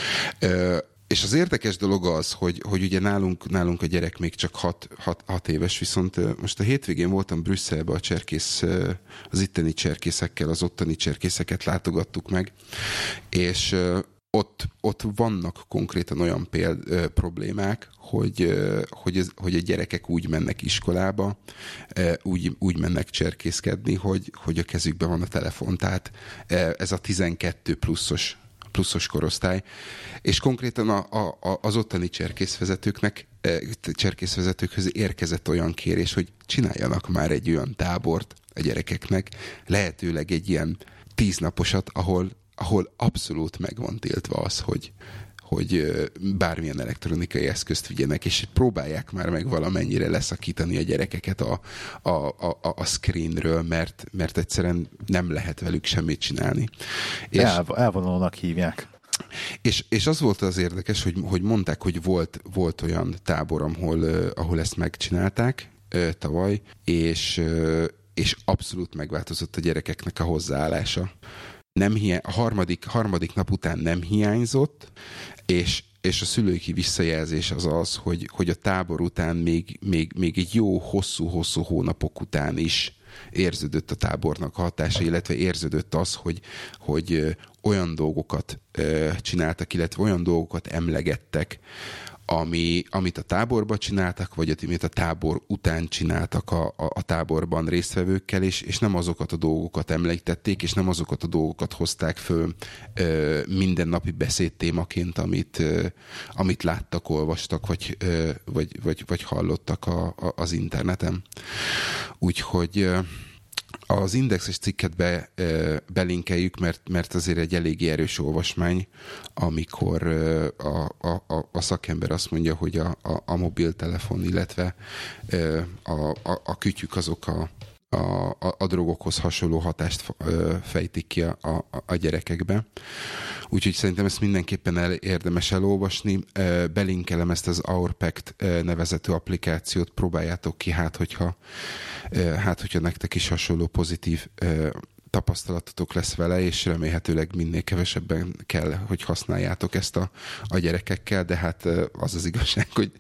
A: És az érdekes dolog az, hogy, hogy ugye nálunk, nálunk a gyerek még csak hat, hat, hat éves, viszont most a hétvégén voltam Brüsszelben a cserkész, az itteni cserkészekkel, az ottani cserkészeket látogattuk meg, és ott, ott vannak konkrétan olyan péld, problémák, hogy, hogy, ez, hogy a gyerekek úgy mennek iskolába, úgy, úgy mennek cserkészkedni, hogy, hogy a kezükben van a telefon. Tehát ez a tizenkettő pluszos pluszos korosztály, és konkrétan a, a, az ottani cserkészvezetőknek, cserkészvezetőkhöz érkezett olyan kérés, hogy csináljanak már egy olyan tábort a gyerekeknek, lehetőleg egy ilyen tíznaposat, ahol, ahol abszolút meg van tiltva az, hogy, hogy bármilyen elektronikai eszközt vigyenek, és próbálják már meg valamennyire leszakítani a gyerekeket a, a, a, a screenről, mert, mert egyszerűen nem lehet velük semmit csinálni.
B: El, elvonulónak hívják.
A: És, és az volt az érdekes, hogy, hogy mondták, hogy volt, volt olyan tábor, ahol, ahol ezt megcsinálták tavaly, és, és abszolút megváltozott a gyerekeknek a hozzáállása. Nem hiány, a harmadik, harmadik nap után nem hiányzott, és, és a szülői visszajelzés az az, hogy, hogy a tábor után még, még, még egy jó hosszú-hosszú hónapok után is érződött a tábornak a hatása, illetve érződött az, hogy, hogy olyan dolgokat csináltak, illetve olyan dolgokat emlegettek, ami, amit a táborban csináltak, vagy amit a tábor után csináltak a, a, a táborban résztvevőkkel, és, és nem azokat a dolgokat említették, és nem azokat a dolgokat hozták föl ö, mindennapi beszédtémaként, amit, ö, amit láttak, olvastak, vagy, ö, vagy, vagy, vagy hallottak a, a, az interneten. Úgyhogy ö, az indexes cikket be, belinkeljük, mert, mert azért egy eléggé erős olvasmány, amikor a, a, a szakember azt mondja, hogy a, a, a mobiltelefon, illetve a, a, a kütyük azok a, a, a drogokhoz hasonló hatást fejtik ki a, a, a gyerekekbe. Úgyhogy szerintem ezt mindenképpen el, érdemes elolvasni. Belinkelem ezt az Our Pact nevezető applikációt, próbáljátok ki, hát hogyha, hát hogyha nektek is hasonló pozitív tapasztalatotok lesz vele, és remélhetőleg minél kevesebben kell, hogy használjátok ezt a, a gyerekekkel, de hát az az igazság, hogy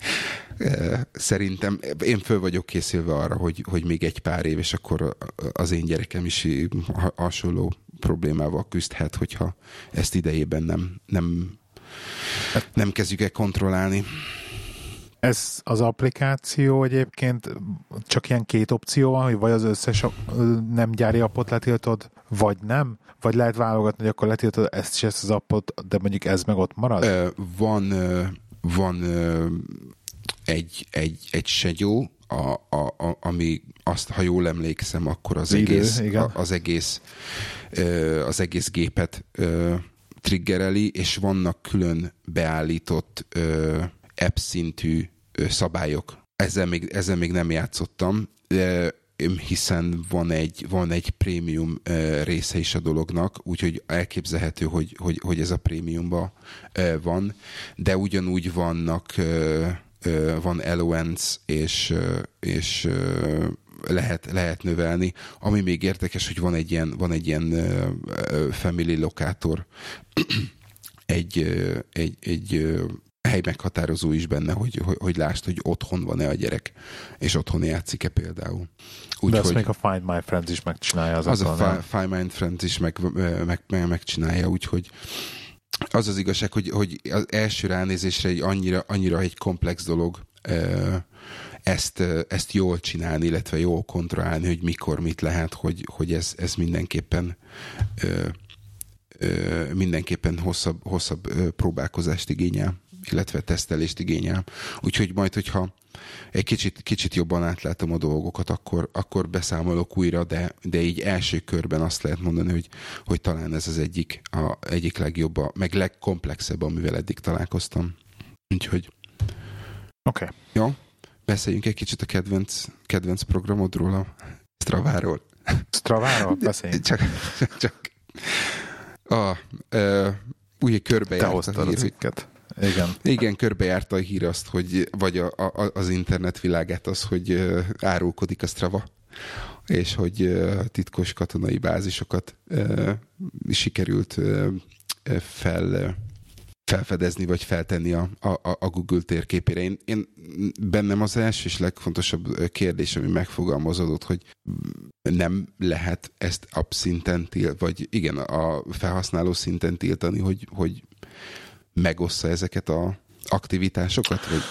A: szerintem én föl vagyok készülve arra, hogy, hogy még egy pár év, és akkor az én gyerekem is hasonló problémával küzdhet, hogyha ezt idejében nem, nem, nem kezdjük el kontrollálni.
B: Ez az applikáció egyébként csak ilyen két opció van, hogy vagy az összes nem gyári appot letiltod, vagy nem? Vagy lehet válogatni, hogy akkor letiltod ezt és ezt az appot, de mondjuk ez meg ott marad?
A: Van, van egy, egy, egy schedule, a, a, a, ami azt, ha jól emlékszem, akkor az,
B: Idő,
A: egész,
B: igen.
A: az egész az egész gépet triggereli, és vannak külön beállított ö, app szintű ö, szabályok. Ezzel még, ezzel még nem játszottam, de hiszen van egy, van egy prémium uh, része is a dolognak, úgyhogy elképzelhető, hogy, hogy, hogy ez a prémiumban uh, van, de ugyanúgy vannak uh, uh, van allowance, és, uh, és uh, lehet, lehet növelni. Ami még érdekes, hogy van egy ilyen, van egy ilyen uh, family lokátor, egy, uh, egy, egy uh, hely meghatározó is benne, hogy, hogy, hogy lásd, hogy otthon van-e a gyerek, és otthon játszik-e például. Úgy,
B: de azt
A: hogy
B: még a Find My Friends is megcsinálja. Az,
A: az a Find, Find My Friends is meg, meg, meg, megcsinálja, úgyhogy az az igazság, hogy, hogy az első ránézésre egy annyira, annyira egy komplex dolog ezt, ezt jól csinálni, illetve jól kontrollálni, hogy mikor mit lehet, hogy, hogy ez, ez mindenképpen mindenképpen hosszabb, hosszabb próbálkozást igényel, illetve tesztelést igényel. Úgyhogy majd, hogyha egy kicsit, kicsit jobban átlátom a dolgokat, akkor, akkor beszámolok újra, de, de így első körben azt lehet mondani, hogy, hogy talán ez az egyik, a, egyik legjobb, a, meg legkomplexebb, amivel eddig találkoztam. Úgyhogy
B: oké. Okay.
A: Jó, beszéljünk egy kicsit a kedvenc, kedvenc programodról, a Straváról.
B: Straváról? Beszéljünk.
A: Csak, csak, csak. Ah, uh, ugye körbejárt a hír.
B: Cikket. Igen.
A: Igen, körbejárta a hír azt, hogy, vagy a, a, az internet világát az, hogy uh, árulkodik a Strava, és hogy uh, titkos katonai bázisokat uh, sikerült uh, fel, uh, felfedezni, vagy feltenni a, a, a Google térképére. Én, én bennem az első és legfontosabb kérdés, ami megfogalmazódott, hogy nem lehet ezt app szinten tilt, vagy igen, a felhasználó szinten tiltani, hogy, hogy megossza ezeket a aktivitásokat? Vagy?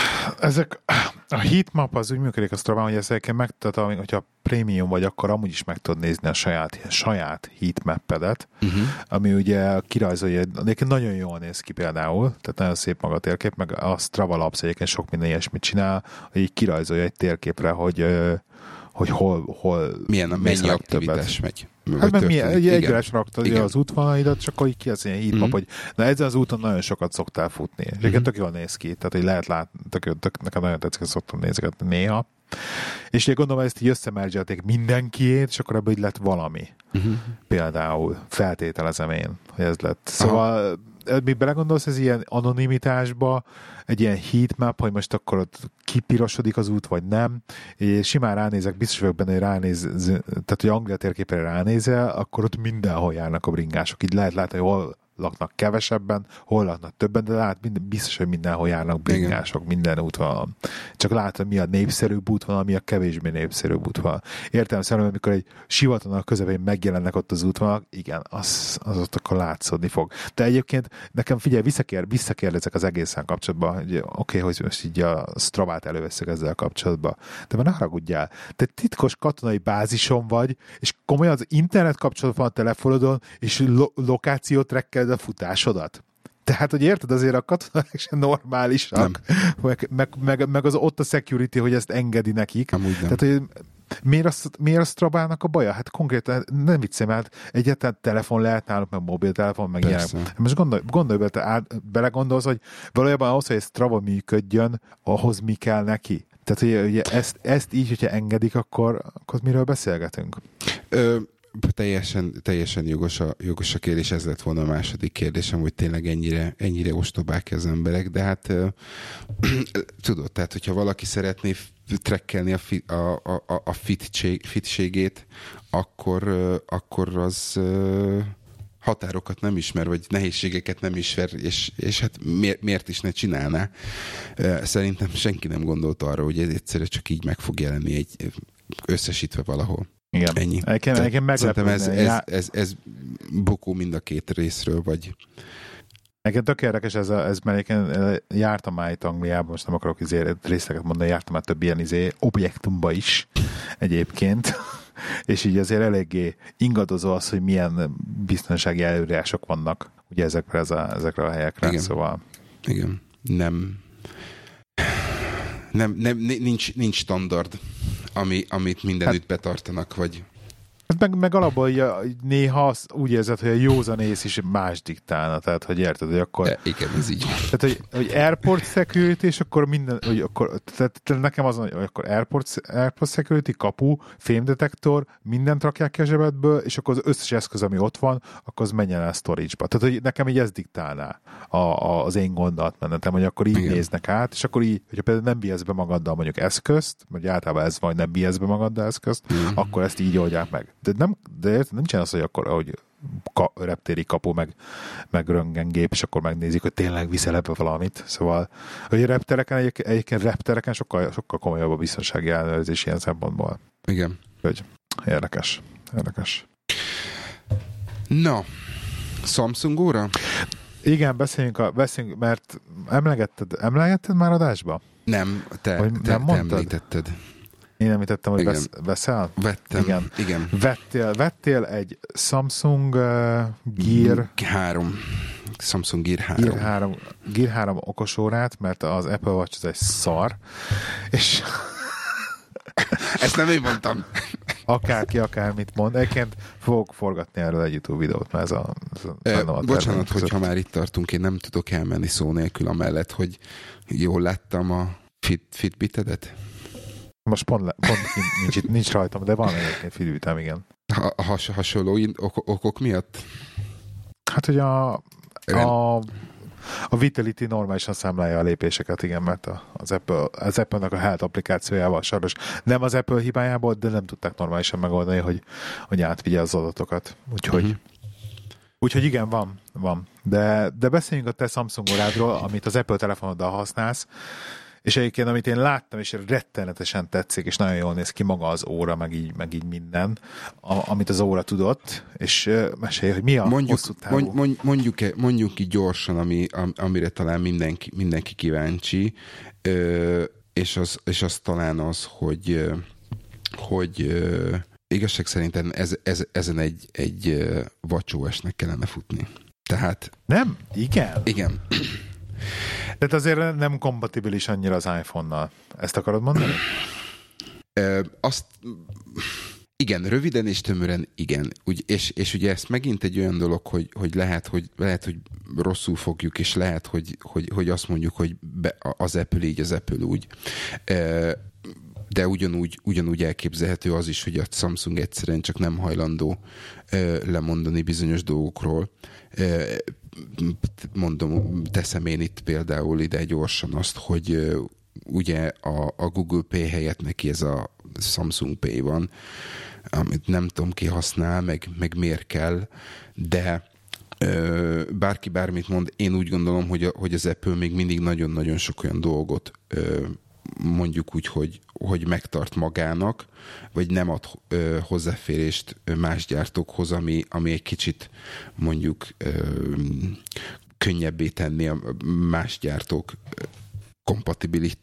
B: Ezek, a heatmap az úgy működik a Straván, hogy ezeket meg, tehát hogyha prémium vagy, akkor amúgy is meg tudod nézni a saját, saját heatmappedet, uh-huh. ami ugye kirajzolja, egyébként nagyon jól néz ki például, tehát nagyon szép maga a térkép, meg a Strava Labs egyébként sok minden ilyesmit csinál, hogy így kirajzolja egy térképre, hogy hogy hol, hol
A: milyen, mennyi aktivitás megy.
B: Hát mert milyen, ugye egyre raktad az útvonalidat, csak hogy ki az ilyen heatmap, mm-hmm. hogy na ezen az úton nagyon sokat szoktál futni. És mm-hmm. tök jól néz ki, tehát hogy lehet látni, tök, tök, nekem nagyon tetszik, hogy szoktam nézgetni néha. És én gondolom, hogy ezt így összemergelték mindenkiét, és akkor ebből így lett valami. Mm-hmm. Például feltételezem én, hogy ez lett. Szóval még belegondolsz, ez ilyen anonimitásba, egy ilyen heatmap, hogy most akkor ott kipirosodik az út, vagy nem, és simán ránézek, biztos vagyok benne, hogy ránéz, tehát hogy Anglia térképére ránézel, akkor ott mindenhol járnak a bringások. Így lehet látni, hogy hol laknak kevesebben, hol laknak többen, de lát, minden, biztos, hogy mindenhol járnak bringások, igen. Minden útvonalon. Csak látod, mi a népszerűbb útvonal, mi a kevésbé népszerűbb útvonal. Értem szerintem, amikor egy sivatanak közepén megjelennek ott az útvonalak, igen, az, az ott akkor látszódni fog. De egyébként nekem figyelj, visszakér, visszakérdezek az egészen kapcsolatban, hogy oké, okay, hogy most így a Stravát előveszek ezzel kapcsolatban, de már ne haragudjál. Te titkos katonai bázison vagy, és komolyan az internet kapcsolat van a telefonodon, és lo- lokációt rekkel a futásodat. Tehát, hogy érted, azért a katonák sem normálisak, meg, meg, meg, meg az ott a security, hogy ezt engedi nekik. Tehát, hogy miért a, miért a Strabának a baja? Hát konkrétan nem viccelj, mert egyáltalán telefon lehet náluk, meg mobiltelefon, meg ilyen. Most gondolj, gondolj be, te át, belegondolsz, hogy valójában ahhoz, hogy egy Strava működjön, ahhoz mi kell neki. Tehát, hogy ugye ezt, ezt így, hogyha engedik, akkor, akkor miről beszélgetünk? Ö,
A: Teljesen, teljesen jogos, a, jogos a kérdés, ez lett volna a második kérdésem, hogy tényleg ennyire, ennyire ostobák az emberek, de hát tudod, tehát hogyha valaki szeretné trekkelni a, fi, a, a, a fitség, fitségét, akkor, akkor az határokat nem ismer, vagy nehézségeket nem ismer, és, és hát miért, miért is ne csinálná? Szerintem senki nem gondolt arra, hogy ez egyszerűen csak így meg fog jelenni egy összesítve valahol.
B: Igen.
A: Ennyi.
B: Elken, elken
A: Szerintem ez, ez, ez, ez bokó mind a két részről, vagy...
B: Nekem tök érdekes ez, a, ez mert én jártam már itt Angliában, most nem akarok izé, részleteket mondani, jártam már több ilyen izé, objektumba is egyébként, és így azért eléggé ingadozó az, hogy milyen biztonsági előírások vannak ugye ezekre, ez a, ezekre a helyekre,
A: igen.
B: Szóval...
A: Igen, nem... Nem, nem, nincs, nincs standard, ami, amit mindenütt hát, betartanak, vagy...
B: Hát meg, meg alapból néha úgy érzed, hogy a józanész is más diktálna, tehát hogy érted, hogy akkor...
A: E, igen, ez így.
B: Tehát, hogy, hogy airport security, és akkor minden, hogy akkor, tehát, tehát nekem az, hogy akkor airport, airport security, kapu, fémdetektor, mindent rakják ki a zsebedből, és akkor az összes eszköz, ami ott van, akkor az menjen el storage-ba. Tehát, hogy nekem így ez diktálná a, a, az én gondolatmenetem, hogy akkor így igen. néznek át, és akkor így, hogyha például nem bíjesz be magaddal mondjuk eszközt, vagy általában ez van, hogy nem bíjesz be magaddal eszközt, mm. akkor ezt így oldják meg. De nem, de érted, nem csinálsz, hogy akkor, hogy ka, reptéri kapu, meg, meg röntgengép, és akkor megnézik, hogy tényleg viszel ebbe valamit. Szóval, hogy reptereken, egyébként, egyébként reptereken sokkal, sokkal komolyabb a biztonsági ellenőrzés ilyen szempontból.
A: Igen.
B: Hogy érdekes. Érdekes.
A: Na, Samsung óra?
B: Igen, beszéljünk, a, beszéljünk mert emlegetted, emlegetted már adásba?
A: Nem, te,
B: Vagy
A: te,
B: nem
A: te említetted.
B: Én említettem, hogy
A: igen.
B: veszel?
A: Vettem,
B: igen.
A: igen.
B: Vettél, vettél egy Samsung uh, Gear
A: három. Samsung Gear három.
B: Gear három, Gear három okosórát, mert az Apple Watch az egy szar, és
A: ezt nem én mondtam.
B: Akárki, akármit mond. Egyébként fogok forgatni erről egy YouTube videót, mert ez a... Ez
A: a e, bocsánat, hogyha már itt tartunk, én nem tudok elmenni szó nélkül amellett, hogy jól láttam a fit, Fitbitedet.
B: Most pont, le, pont nincs, nincs, nincs rajtam, de van egyébként Fitbitem, igen.
A: Ha, has, hasonló ok, okok miatt?
B: Hát, hogy a, a, a Vitality normálisan számlálja a lépéseket, igen, mert az, Apple, az Apple-nek a Health applikációjával sajnos nem az Apple hibájából, de nem tudták normálisan megoldani, hogy, hogy átvigye az adatokat. Úgyhogy, uh-huh. úgyhogy igen, van, van. De, de beszéljünk a te Samsung órádról, amit az Apple telefonoddal használsz, és egyébként, amit én láttam, és rettenetesen tetszik, és nagyon jól néz ki maga az óra, meg így, meg így minden, a, amit az óra tudott, és uh, mesélj, hogy mi a
A: mondjuk,
B: hosszú távú.
A: Mond, mondjuk, mondjuk ki gyorsan, ami, amire talán mindenki, mindenki kíváncsi, ö, és, az, és az talán az, hogy, hogy ö, igazság szerintem ez, ez, ezen egy, egy watchOS-nek kellene futni. Tehát...
B: Nem? Igen?
A: Igen.
B: Tehát azért nem kompatibilis annyira az iPhone-nal. Ezt akarod mondani?
A: Ö, azt... Igen, röviden és tömören igen. Úgy, és, és ugye ez megint egy olyan dolog, hogy, hogy, lehet, hogy lehet, hogy rosszul fogjuk, és lehet, hogy, hogy, hogy azt mondjuk, hogy be, az Apple így, az Apple úgy. De ugyanúgy, ugyanúgy elképzelhető az is, hogy a Samsung egyszerűen csak nem hajlandó lemondani bizonyos dolgokról. Mondom, teszem én itt például ide gyorsan azt, hogy ugye a, a Google Pay helyett neki ez a Samsung Pay van, amit nem tudom ki használ, meg, meg miért kell, de ö, bárki bármit mond, én úgy gondolom, hogy, a, hogy az Apple még mindig nagyon-nagyon sok olyan dolgot ö, mondjuk úgy, hogy, hogy megtart magának, vagy nem ad ö, hozzáférést más gyártókhoz, ami, ami egy kicsit mondjuk ö, könnyebbé tenni a más gyártók kompatibilitását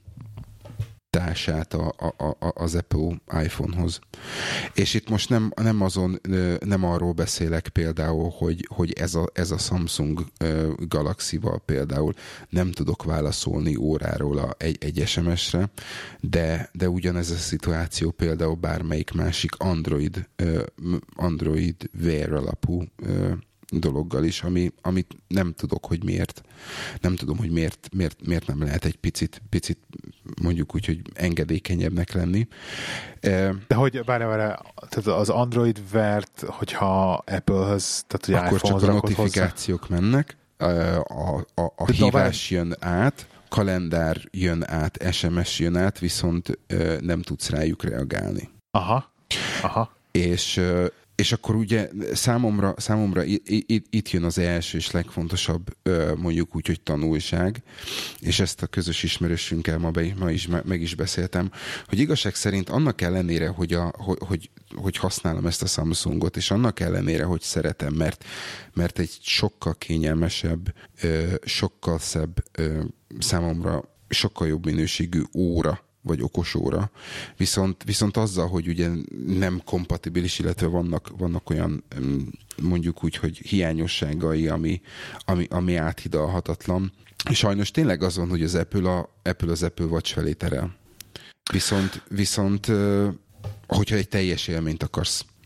A: a, a, a, az Apple iPhone-hoz. És itt most nem, nem azon, nem arról beszélek például, hogy, hogy ez, a, ez a Samsung Galaxy-val például nem tudok válaszolni óráról a, egy, egy es em es-re, de, de ugyanez a szituáció például bármelyik másik Android, Android Wear alapú dologgal is, ami, amit nem tudok, hogy miért. Nem tudom, hogy miért, miért, miért nem lehet egy picit, picit mondjuk úgy, hogy engedékenyebbnek lenni.
B: De hogy, várj, várj, tehát az Android Wear-t, hogyha Apple-höz, tehát hogy
A: akkor csak a notifikációk hozzá... mennek, a, a, a, a hívás jön át, kalendár jön át, es em es jön át, viszont nem tudsz rájuk reagálni.
B: Aha, aha.
A: És És akkor ugye számomra, számomra itt, itt jön az első és legfontosabb, mondjuk úgy, hogy tanulság, és ezt a közös ismerősünkkel ma, be, ma is meg is beszéltem, hogy igazság szerint annak ellenére, hogy, a, hogy, hogy használom ezt a Samsungot, és annak ellenére, hogy szeretem, mert, mert egy sokkal kényelmesebb, sokkal szebb, számomra sokkal jobb minőségű óra, vagy okosóra. Viszont, viszont azzal, hogy ugye nem kompatibilis, illetve vannak, vannak olyan mondjuk úgy, hogy hiányosságai, ami, ami, ami áthidalhatatlan. Sajnos tényleg azon, hogy az Apple, a, Apple az Apple Watch felé terel. Viszont, viszont hogyha egy teljes élményt akarsz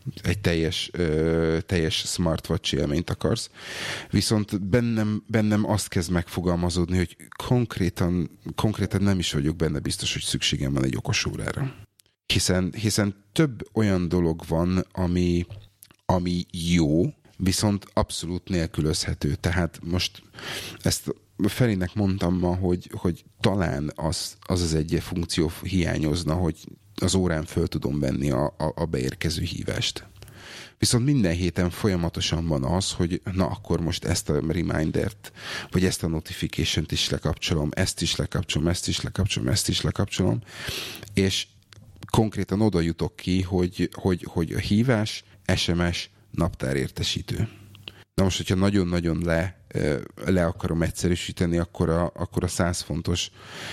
A: egy teljes, ö, teljes smartwatch élményt akarsz. Viszont bennem, bennem azt kezd megfogalmazódni, hogy konkrétan, konkrétan nem is vagyok benne biztos, hogy szükségem van egy okos órára. Hiszen, hiszen több olyan dolog van, ami, ami jó, viszont abszolút nélkülözhető. Tehát most ezt Ferinek mondtam ma, hogy, hogy talán az, az az egy funkció hiányozna, hogy az órán föl tudom venni a, a, a beérkező hívást. Viszont minden héten folyamatosan van az, hogy na akkor most ezt a remindert, vagy ezt a notification-t is lekapcsolom, ezt is lekapcsolom, ezt is lekapcsolom, ezt is lekapcsolom, és konkrétan oda jutok ki, hogy, hogy, hogy a hívás, es em es, naptárértesítő. Na most, hogyha nagyon-nagyon le, le akarom egyszerűsíteni, akkor a, akkor a száz fontos,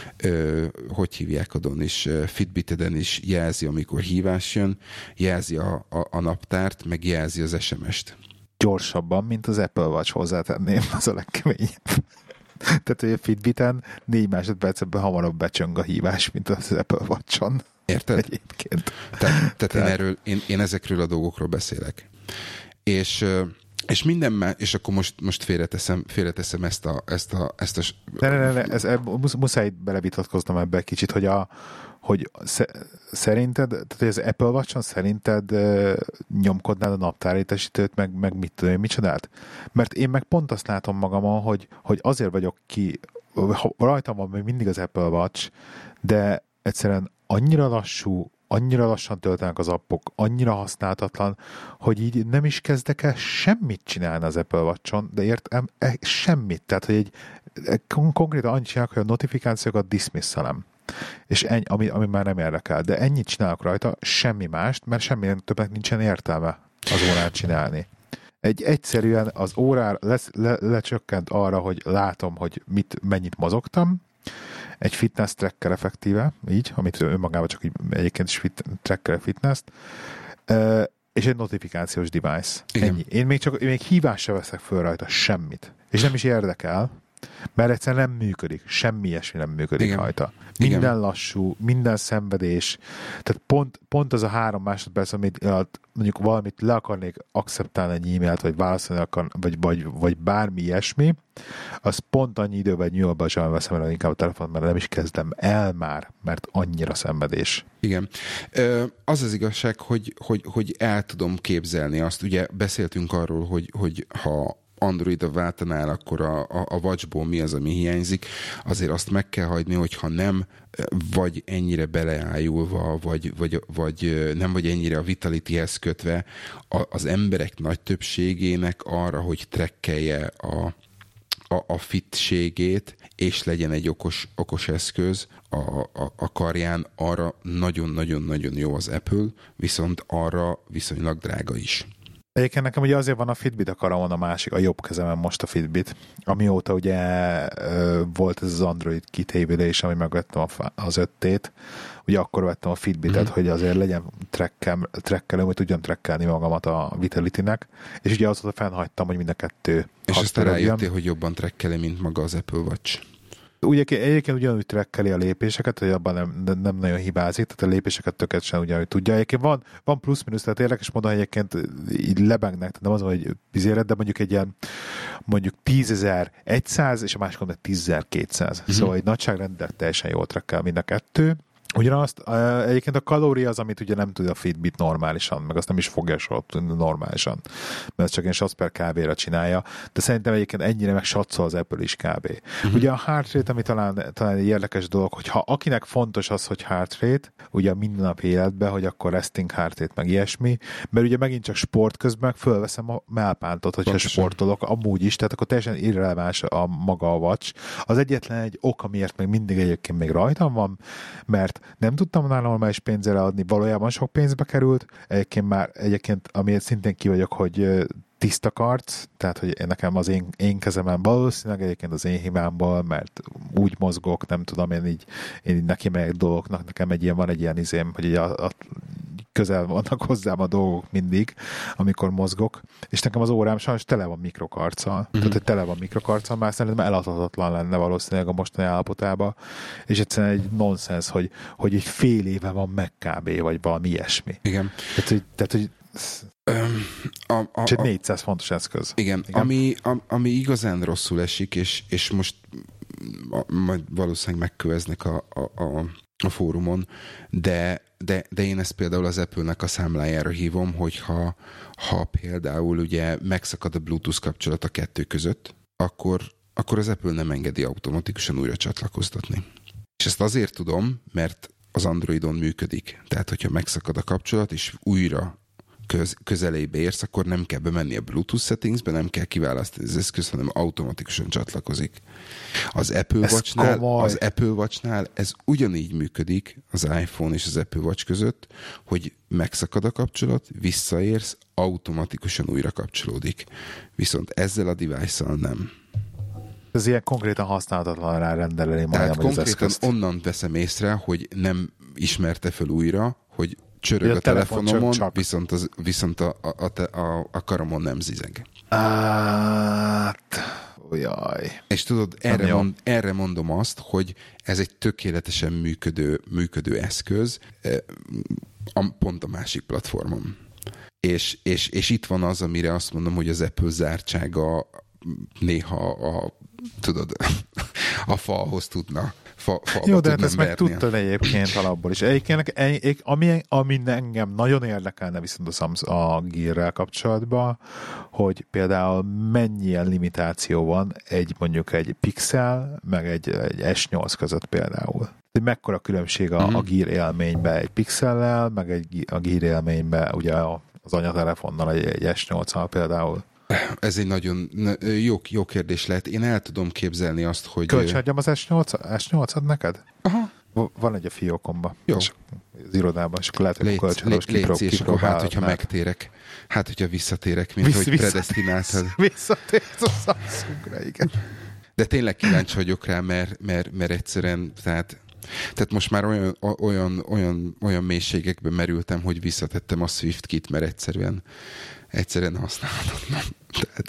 A: hogy hívják adon is, Fitbiteden is jelzi, amikor hívás jön, jelzi a, a, a naptárt, meg jelzi az es em est.
B: Gyorsabban, mint az Apple Watch, hozzátenném, az a legkeményebb. Tehát, hogy a Fitbiten négy másodpercben hamarabb becsöng a hívás, mint az Apple Watch-on.
A: Érted?
B: Egyébként.
A: Tehát, tehát én, erről, én, én ezekről a dolgokról beszélek. És... És minden már, és akkor most, most félreteszem, félreteszem ezt a... Ezt a, ezt a...
B: Ne, ne, ne, ne ez, muszáj belevitatkoznom ebbe egy kicsit, hogy, a, hogy szerinted, tehát az Apple Watch-on szerinted nyomkodnád a naptárértesítőt, meg, meg mit tudom én, micsodát? Mert én meg pont azt látom magamon, hogy, hogy azért vagyok ki, rajtam van még mindig az Apple Watch, de egyszerűen annyira lassú, annyira lassan töltenek az appok, annyira használhatatlan, hogy így nem is kezdek el semmit csinálni az Apple Watch-on, de értem, semmit. Tehát, hogy egy, konkrétan annyit csinálok, hogy a notifikációkat dismisszelem. És ennyi, ami, ami már nem érdekel. De ennyit csinálok rajta, semmi mást, mert semmi többnek nincsen értelme az órát csinálni. Egy egyszerűen az órár lesz, le, lecsökkent arra, hogy látom, hogy mit, mennyit mozogtam, egy fitness tracker effektíve, így, amit önmagában csak így egyébként is fit, tracker fitness-t, uh, és egy notifikációs device. Igen. Ennyi. Én még csak én még hívást se veszek föl rajta, semmit. És nem is érdekel, mert egyszerűen nem működik. Semmi ilyesmi nem működik Igen. rajta. Minden Igen. lassú, minden szenvedés. Tehát pont, pont az a három másodperc, amit mondjuk valamit le akarnék akceptálni egy e-mailt, vagy válaszolni akar, vagy, vagy, vagy bármi ilyesmi, az pont annyi időben nyúlva sem veszem el inkább a telefon, mert nem is kezdem el már, mert annyira szenvedés.
A: Igen. Az az igazság, hogy, hogy, hogy el tudom képzelni azt. Ugye beszéltünk arról, hogy, hogy ha Android-a váltanál, akkor a, a, a Watchból mi az, ami hiányzik. Azért azt meg kell hagyni, hogyha nem vagy ennyire beleájulva, vagy, vagy, vagy nem vagy ennyire a Vitality-hez kötve, a, az emberek nagy többségének arra, hogy trekkelje a, a, a fitségét, és legyen egy okos, okos eszköz a, a, a karján, arra nagyon-nagyon-nagyon jó az Apple, viszont arra viszonylag drága is.
B: Egyébként nekem ugye azért van a Fitbit a karamon a másik, a jobb kezemen most a Fitbit, amióta ugye volt ez az Android kitévülés, ami megvettem az öttét, ugye akkor vettem a Fitbitet, mm-hmm. hogy azért legyen trekkem, trekkelő, hogy tudjam trekkelni magamat a Vitality-nek, és ugye azóta fennhagytam, hogy mind a kettő.
A: És aztán rájöttél, hogy jobban trekkeli, mint maga az Apple Watch.
B: Ugye, egyébként ugyanúgy trekkeli a lépéseket, hogy abban nem, nem nagyon hibázik, tehát a lépéseket tökéletesen ugyanúgy tudja. Egyébként van, van plusz-minusz, tehát érdekes mondani, hogy egyébként így lebegnek, tehát nem az, hogy bizéret, de mondjuk egy ilyen mondjuk tízezer-száz és a másikon meg tízezer-kétszáz. Mm-hmm. Szóval egy nagyságrendileg teljesen jól trekkel mind a kettő. Ugyanazt, egyébként a kalória az, amit ugye nem tud a Fitbit normálisan, meg azt nem is fogja soha tudni normálisan, mert csak ilyen satsz per kávéra csinálja, de szerintem egyébként ennyire meg satszol az Apple is kb. Uh-huh. Ugye a heart rate, ami talán, talán egy érdekes dolog, hogyha akinek fontos az, hogy heart rate, ugye a mindennapi életben, hogy akkor resting heart rate, meg ilyesmi, mert ugye megint csak sport közben fölveszem a mellpántot, hogyha Pontosan. sportolok, amúgy is, tehát akkor teljesen irreleváns a maga a watch. Az egyetlen egy ok, amiért még mindig egyébként még rajtam van, mert nem tudtam nála normális pénzre adni, valójában sok pénzbe került, egyébként már egyébként, amiért szintén ki vagyok, hogy tiszta karc, tehát hogy nekem az én, én kezemen valószínűleg egyébként az én hibámból, mert úgy mozgok, nem tudom, én így, én így neki megyek dolgoknak, nekem egy ilyen, van egy ilyen izém, hogy a, a közel vannak hozzám a dolgok mindig, amikor mozgok, és nekem az órám sajnos tele van mikrokarccal. Mm-hmm. Tehát, hogy tele van mikrokarccal, már szerintem eladhatatlan lenne valószínűleg a mostani állapotában, és egyszerűen egy nonsens, hogy, hogy egy fél éve van meg kb. Vagy valami ilyesmi.
A: Igen.
B: Tehát, hogy, tehát, hogy
A: A, a,
B: és egy
A: a,
B: négyszáz fontos eszköz.
A: igen, igen. Ami, a, ami igazán rosszul esik, és, és most a, majd valószínűleg megköveznek a, a, a, a fórumon, de, de, de én ezt például az Apple-nek a számlájára hívom, hogyha ha például ugye megszakad a Bluetooth kapcsolat a kettő között, akkor, akkor az Apple nem engedi automatikusan újra csatlakoztatni. És ezt azért tudom, mert az Androidon működik. Tehát, hogyha megszakad a kapcsolat, és újra köz, közelébe érsz, akkor nem kell bemenni a Bluetooth settingsbe, nem kell kiválasztani az eszközt, hanem automatikusan csatlakozik. Az Apple Watch-nál, az Apple Watch-nál ez ugyanígy működik az iPhone és az Apple Watch között, hogy megszakad a kapcsolat, visszaérsz, automatikusan újra kapcsolódik. Viszont ezzel a device-szal nem.
B: Ez ilyen konkrétan használhatatlan rá rendelni majdnem.
A: Tehát konkrétan onnan veszem észre, hogy nem ismerte fel újra, hogy csörög a, a telefonomon, csak, csak. viszont, az, viszont a, a, a, a karamon nem zizeg.
B: Hát, jaj.
A: És tudod, erre, mond, erre mondom azt, hogy ez egy tökéletesen működő, működő eszköz, pont a másik platformon. És, és, és itt van az, amire azt mondom, hogy az Apple zártsága néha a, tudod, a falhoz tudna. Fa,
B: Jó, de hát ezt meg tudtad egyébként alapból is. Egyébként, egy, ami, ami engem nagyon érdekelne viszont a, Samsung, a Gear-rel kapcsolatban, hogy például mennyi limitáció van egy mondjuk egy Pixel, meg egy, egy es nyolc között például. De mekkora különbség a, mm. a Gear élményben egy Pixellel, meg egy, a Gear élményben ugye az anyatelefonnal egy, egy es nyolccal például.
A: Ez egy nagyon jó, jó kérdés lehet. Én el tudom képzelni azt, hogy...
B: Kölcsönadjam az es nyolcat neked? Aha. Van egy a fiókomba.
A: Jó.
B: Az irodában, és akkor lehet, hogy kölcsönös
A: kipróbálom. Hát, hogyha mert... megtérek. Hát, hogyha visszatérek, mint Vissz, hogy predesztináltad.
B: Visszatérsz a Samsungra, igen.
A: De tényleg kíváncsi vagyok rá, mert, mert, mert egyszerűen, tehát... Tehát most már olyan, olyan, olyan, olyan mélységekben merültem, hogy visszatettem a SwiftKey-t, mert egyszerűen egyszerűen használhatatlan. Tehát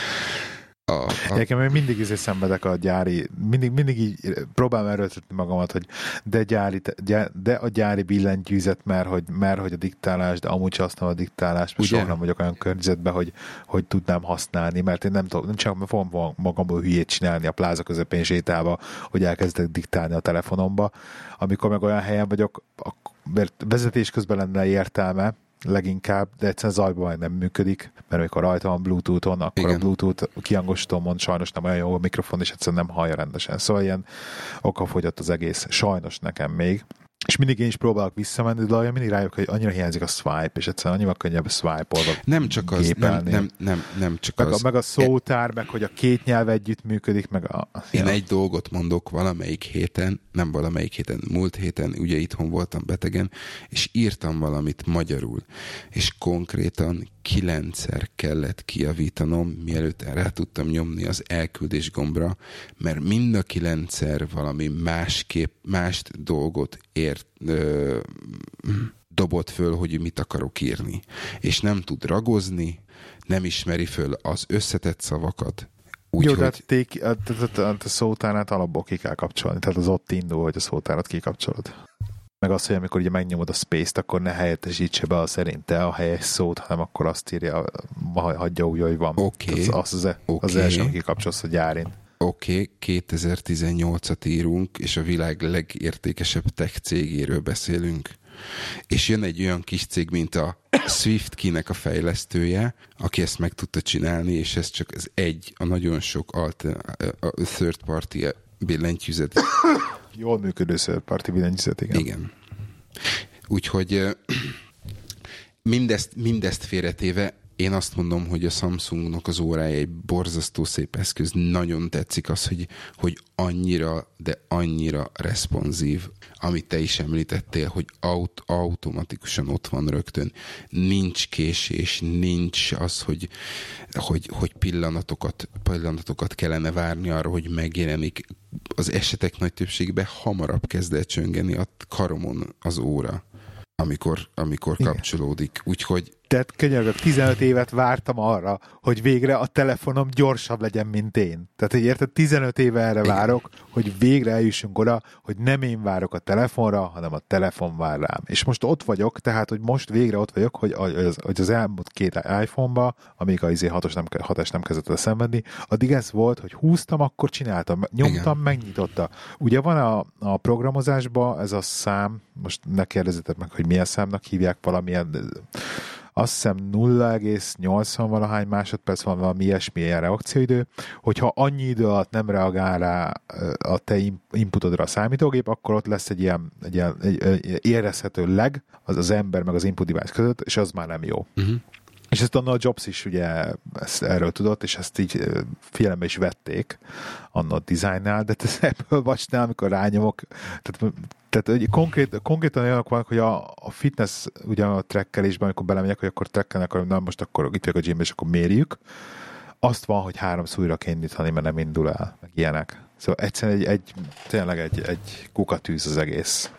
A: a, a...
B: Egyébként mindig is szenvedek a gyári, mindig, mindig így próbálom erőltetni magamat, hogy de, gyári, de a gyári billentyűzet, mert hogy, mert hogy a diktálás, de amúgy sem használom a diktálást, mert soha nem vagyok olyan környezetben, hogy, hogy tudnám használni, mert én nem tudom, nem csak fogom magamból hülyét csinálni a pláza közepén sétálva, hogy elkezdek diktálni a telefonomba. Amikor meg olyan helyen vagyok, mert vezetés közben lenne értelme, leginkább, de egyszerűen zajban meg nem működik, mert amikor rajta van Bluetooth-on, akkor igen. A Bluetooth kihangosítómon sajnos nem olyan jó a mikrofon, és egyszerűen nem hallja rendesen. Szóval ilyen okafogyott az egész. Sajnos nekem még. És mindig én is próbálok visszamenni, de olyan mindig rájuk, hogy annyira hiányzik a swipe, és egyszerűen annyival könnyebb swipe-olva
A: Nem csak az, nem, nem, nem, nem csak
B: meg
A: az.
B: A, meg a szótár, e... meg hogy a két nyelv együtt működik, meg a...
A: Én ja. egy dolgot mondok valamelyik héten, nem valamelyik héten, múlt héten, ugye itthon voltam betegen, és írtam valamit magyarul, és konkrétan kilencszer kellett kijavítanom, mielőtt rá tudtam nyomni az elküldés gombra, mert mind a kilencszer valami másképp, más dolgot ért, ö, dobott föl, hogy mit akarok írni. És nem tud ragozni, nem ismeri föl az összetett szavakat. Úgy,
B: Jó,
A: hogy...
B: de hát te, a, a, a, a szótárát alapból ki kell kapcsolni, tehát az ott indul, hogy a szótárat kikapcsolod. Meg az, hogy amikor ugye megnyomod a space-t, akkor ne helyettesítse be a szerinte a helyes szót, hanem akkor azt írja, hagyja úgy, hogy van.
A: Oké. Okay.
B: Az, az, az,
A: okay.
B: az első, ami kikapcsolsz a gyárin.
A: Oké, okay. kétezer-tizennyolcat írunk, és a világ legértékesebb tech cégéről beszélünk. És jön egy olyan kis cég, mint a SwiftKey-nek a fejlesztője, aki ezt meg tudta csinálni, és ez csak ez egy, a nagyon sok alter, a third party billentyűzet.
B: Jól működő third party billentyűzet, igen.
A: Igen. Úgyhogy mindezt, mindezt félretéve én azt mondom, hogy a Samsungnak az órája egy borzasztó szép eszköz. Nagyon tetszik az, hogy, hogy annyira, de annyira responsív, amit te is említettél, hogy aut, automatikusan ott van rögtön. Nincs késés, nincs az, hogy, hogy, hogy pillanatokat, pillanatokat kellene várni arra, hogy megjelenik. Az esetek nagy többségben hamarabb kezd el csöngeni a karomon az óra, amikor, amikor kapcsolódik. Úgyhogy
B: Tehát könyörgök, tizenöt évet vártam arra, hogy végre a telefonom gyorsabb legyen, mint én. Tehát, hogy érted, tizenöt éve erre Igen. várok, hogy végre eljussunk oda, hogy nem én várok a telefonra, hanem a telefon vár rám. És most ott vagyok, tehát, hogy most végre ott vagyok, hogy az, hogy az elmúlt két iPhone-ba, amíg a izé hatos nem, hatos nem kezdett el szenvedni, addig ez volt, hogy húztam, akkor csináltam, nyomtam, Igen. megnyitotta. Ugye van a, a programozásban ez a szám, most ne kérdezzetek meg, hogy milyen számnak hívják, valamilyen, azt hiszem nulla egész nyolcvan valahány másodperc van valami ilyesmi ilyen reakcióidő, hogyha annyi idő alatt nem reagál rá a te inputodra a számítógép, akkor ott lesz egy ilyen, egy ilyen egy, egy érezhető lag az, az ember meg az input device között, és az már nem jó. Uh-huh. És ezt annól Jobs is ugye ezt erről tudott, és ezt így figyelembe is vették annól a dizájnnál, de ez Apple Watch-nál, amikor rányomok, tehát, tehát konkrét, konkrétan olyanok vannak, hogy a, a fitness ugye a trekkelésben, amikor belemegyek, hogy akkor trekkelnek, akkor na most akkor itt vagyok a gymben, és akkor mérjük, azt van, hogy háromszor újra kell indítani, mert nem indul el, meg ilyenek. Szóval egyszerűen egy, egy tényleg egy, egy kukatűz az egész.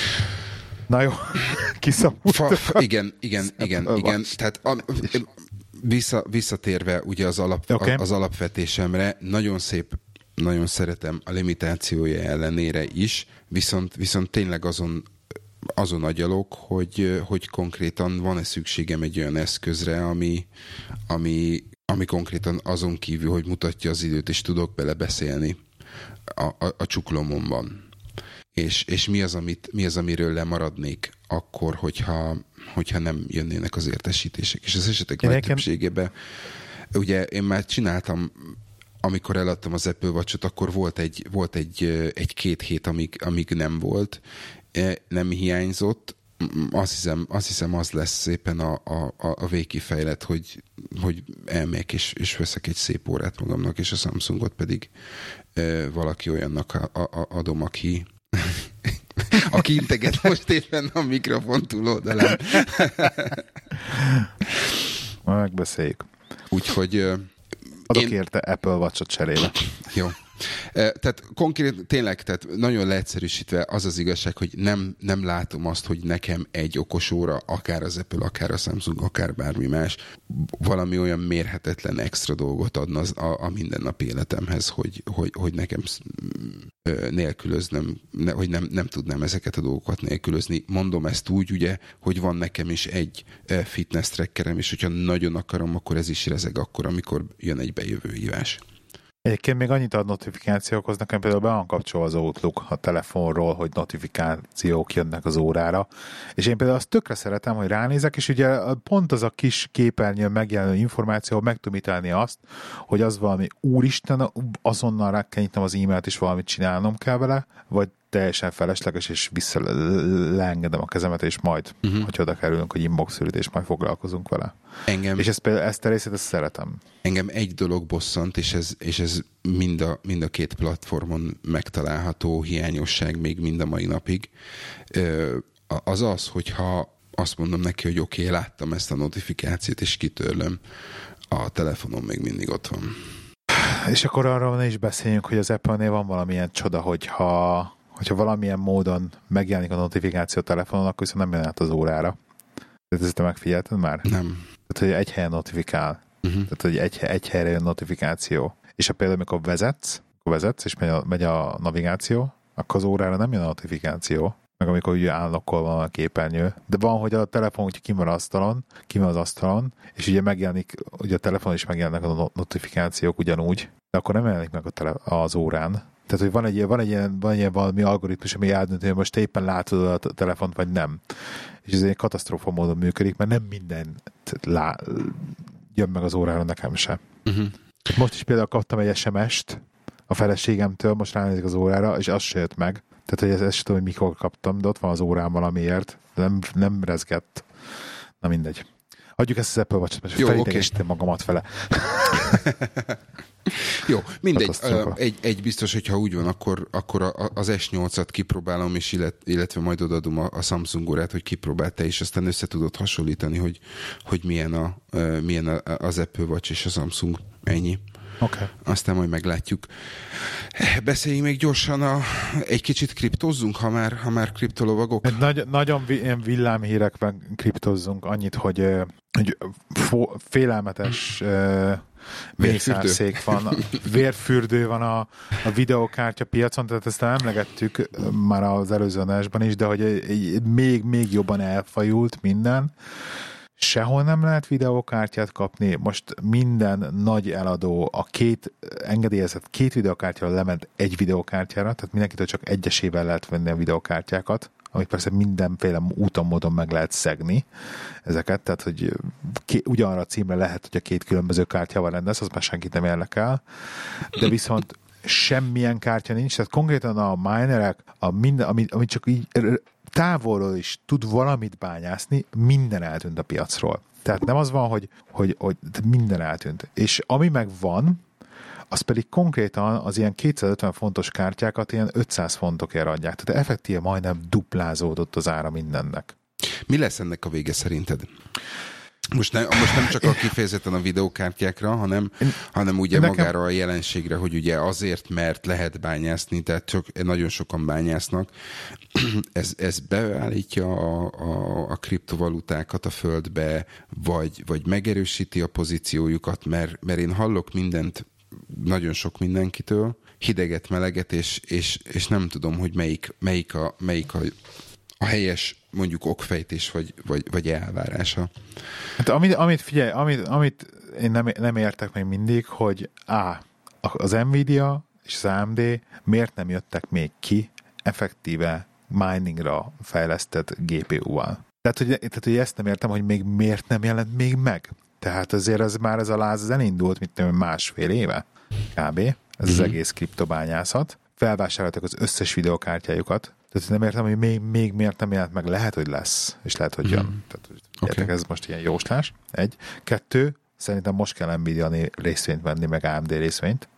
B: Na jó, kiszabultak.
A: Igen, igen, igen, igen. Tehát a, vissza, visszatérve ugye az, alap, okay. az alapvetésemre, nagyon szép, nagyon szeretem a limitációja ellenére is, viszont, viszont tényleg azon, azon agyalok, hogy, hogy konkrétan van-e szükségem egy olyan eszközre, ami, ami, ami konkrétan azon kívül, hogy mutatja az időt, és tudok bele beszélni a, a, a csuklomomban. És, és mi, az, amit, mi az, amiről lemaradnék akkor, hogyha, hogyha nem jönnének az értesítések. És az esetek nagy nekem... többségében, ugye én már csináltam, amikor eladtam az Apple Watch-ot, akkor volt egy, volt egy, egy két hét, amíg, amíg nem volt, nem hiányzott. Azt hiszem, azt hiszem, az lesz szépen a, a, a végkifejlet, hogy, hogy elmegyek és, és veszek egy szép órát magamnak, és a Samsungot pedig valaki olyannak a, a, adom, aki aki integet most éppen a mikrofon túloldalán.
B: Megbeszéljük.
A: Úgyhogy... Uh,
B: Adok én... érte Apple Watch-ot cserébe.
A: Jó. Tehát konkrét, tényleg, tehát nagyon leegyszerűsítve az az igazság, hogy nem, nem látom azt, hogy nekem egy okos óra, akár az Apple, akár a Samsung, akár bármi más, valami olyan mérhetetlen extra dolgot adna az, a, a mindennapi életemhez, hogy, hogy, hogy nekem nélkülöznem, ne, hogy nem, nem tudnám ezeket a dolgokat nélkülözni. Mondom ezt úgy, ugye, hogy van nekem is egy fitness trackerem, és hogyha nagyon akarom, akkor ez is rezeg akkor, amikor jön egy bejövő hívás.
B: Egyébként még annyit ad notifikációkhoz, nekem például be van kapcsolva az Outlook a telefonról, hogy notifikációk jönnek az órára, és én például azt tökre szeretem, hogy ránézek, és ugye pont az a kis képernyőn megjelenő információ, meg tudom ítélni azt, hogy az valami úristen, azonnal rá kell nyitnom az e-mailt, és valamit csinálnom kell vele, vagy teljesen felesleges, és visszaleengedem a kezemet, és majd, uh-huh. hogy oda kerülünk, hogy inbox és majd foglalkozunk vele.
A: Engem,
B: és ezt, például, ezt a részét ezt szeretem.
A: Engem egy dolog bosszant, és ez, és ez mind, a, mind a két platformon megtalálható hiányosság még mind a mai napig. Az az, hogyha azt mondom neki, hogy oké, okay, láttam ezt a notifikációt, és kitörlöm, a telefonom még mindig ott van.
B: És akkor arról ne is beszéljünk, hogy az Apple-nél van valamilyen csoda, hogyha, hogyha valamilyen módon megjelenik a notifikáció a telefonon, akkor viszont nem jön át az órára. Tehát ezt te megfigyelted már?
A: Nem.
B: Tehát, hogy egy helyen notifikál. Uh-huh. Tehát, hogy egy, egy helyre jön notifikáció. És ha például, amikor vezetsz, akkor vezetsz, és megy a, megy a navigáció, akkor az órára nem jön a notifikáció. Meg amikor ugye állnokkol van a képernyő. De van, hogy a telefon ugye kim van az asztalon, kim van az asztalon, és ugye megjelenik, ugye a telefon is megjelennek a notifikációk ugyanúgy, de akkor nem jelenik meg a tele, az órán. Tehát, hogy van egy, van egy ilyen, van egy ilyen valami algoritmus, ami eldönti, hogy most éppen látod a telefont, vagy nem. És ez egy katasztrófa módon működik, mert nem minden lá, jön meg az órára, nekem se. Uh-huh. Most is például kaptam egy es em est a feleségemtől, most ránézik az órára, és az se jött meg. Tehát, hogy ezt sem tudom, hogy mikor kaptam, de ott van az órám valamiért. Nem, nem rezgett. Na mindegy. Adjuk ezt az Apple Watch-ot, mert felidegesítem okay. magamat vele.
A: Jó, mindegy. Egy, egy biztos, hogyha úgy van, akkor, akkor az es nyolcat kipróbálom, és illet, illetve majd odaadom a, a Samsung órát, hogy kipróbáld te, és aztán össze tudod hasonlítani, hogy, hogy milyen, a, milyen az Apple Watch és a Samsung. Ennyi.
B: Okay.
A: Aztán majd meglátjuk. Beszéljünk még gyorsan, a, egy kicsit kriptozzunk, ha már, ha már kriptolovagok.
B: Nagy, nagyon ilyen villámhírekben kriptozzunk annyit, hogy hogy fo- félelmetes uh, mészárszék van, vérfürdő van a, a videokártya piacon, tehát ezt emlegettük már az előző adásban is, de hogy még, még jobban elfajult minden. Sehol nem lehet videokártyát kapni, most minden nagy eladó a két engedélyezett két videokártyára lement egy videokártyára, tehát mindenkitől csak egyesével lehet venni a videokártyákat, amit persze mindenféle úton, módon meg lehet szegni ezeket, tehát hogy ké- ugyanarra a címre lehet, hogy a két különböző kártyával rendelsz, az már senkit nem érdekel, de viszont semmilyen kártya nincs, tehát konkrétan a minerek, a minden, amit, amit csak így távolról is tud valamit bányászni, minden eltűnt a piacról. Tehát nem az van, hogy, hogy, hogy minden eltűnt. És ami meg van, az pedig konkrétan az ilyen kétszázötven fontos kártyákat ilyen ötszáz fontokért adják. Tehát effektíve majdnem duplázódott az ára mindennek.
A: Mi lesz ennek a vége szerinted? Most, ne, most nem csak a kifejezetten a videókártyákra, hanem, hanem ugye nekem... magára a jelenségre, hogy ugye azért, mert lehet bányászni, tehát csak nagyon sokan bányásznak. Ez, ez beállítja a, a, a kriptovalutákat a földbe, vagy, vagy megerősíti a pozíciójukat, mert, mert én hallok mindent, nagyon sok mindenkitől, hideget, meleget, és, és, és nem tudom, hogy melyik, melyik, a, melyik a, a helyes mondjuk okfejtés, vagy, vagy, vagy elvárása.
B: Hát amit, amit figyelj, amit, amit én nem, nem értek még mindig, hogy á, az Nvidia és az á em dé miért nem jöttek még ki effektíve miningra fejlesztett gé pé u-val. Tehát hogy, tehát, hogy ezt nem értem, hogy még miért nem jelent még meg. Tehát azért az már ez a láz az elindult, mint nem másfél éve kb. Ez mm-hmm. az egész kriptobányászat. Felvásároltak az összes videokártyájukat. Tehát nem értem, hogy még, még miért nem jelent meg. Lehet, hogy lesz, és lehet, hogy jön. Mm-hmm. Tehát, hogy okay. Ez most ilyen jóslás. Egy. Kettő. Szerintem most kell Nvidia részvényt venni, meg á em dé részvényt.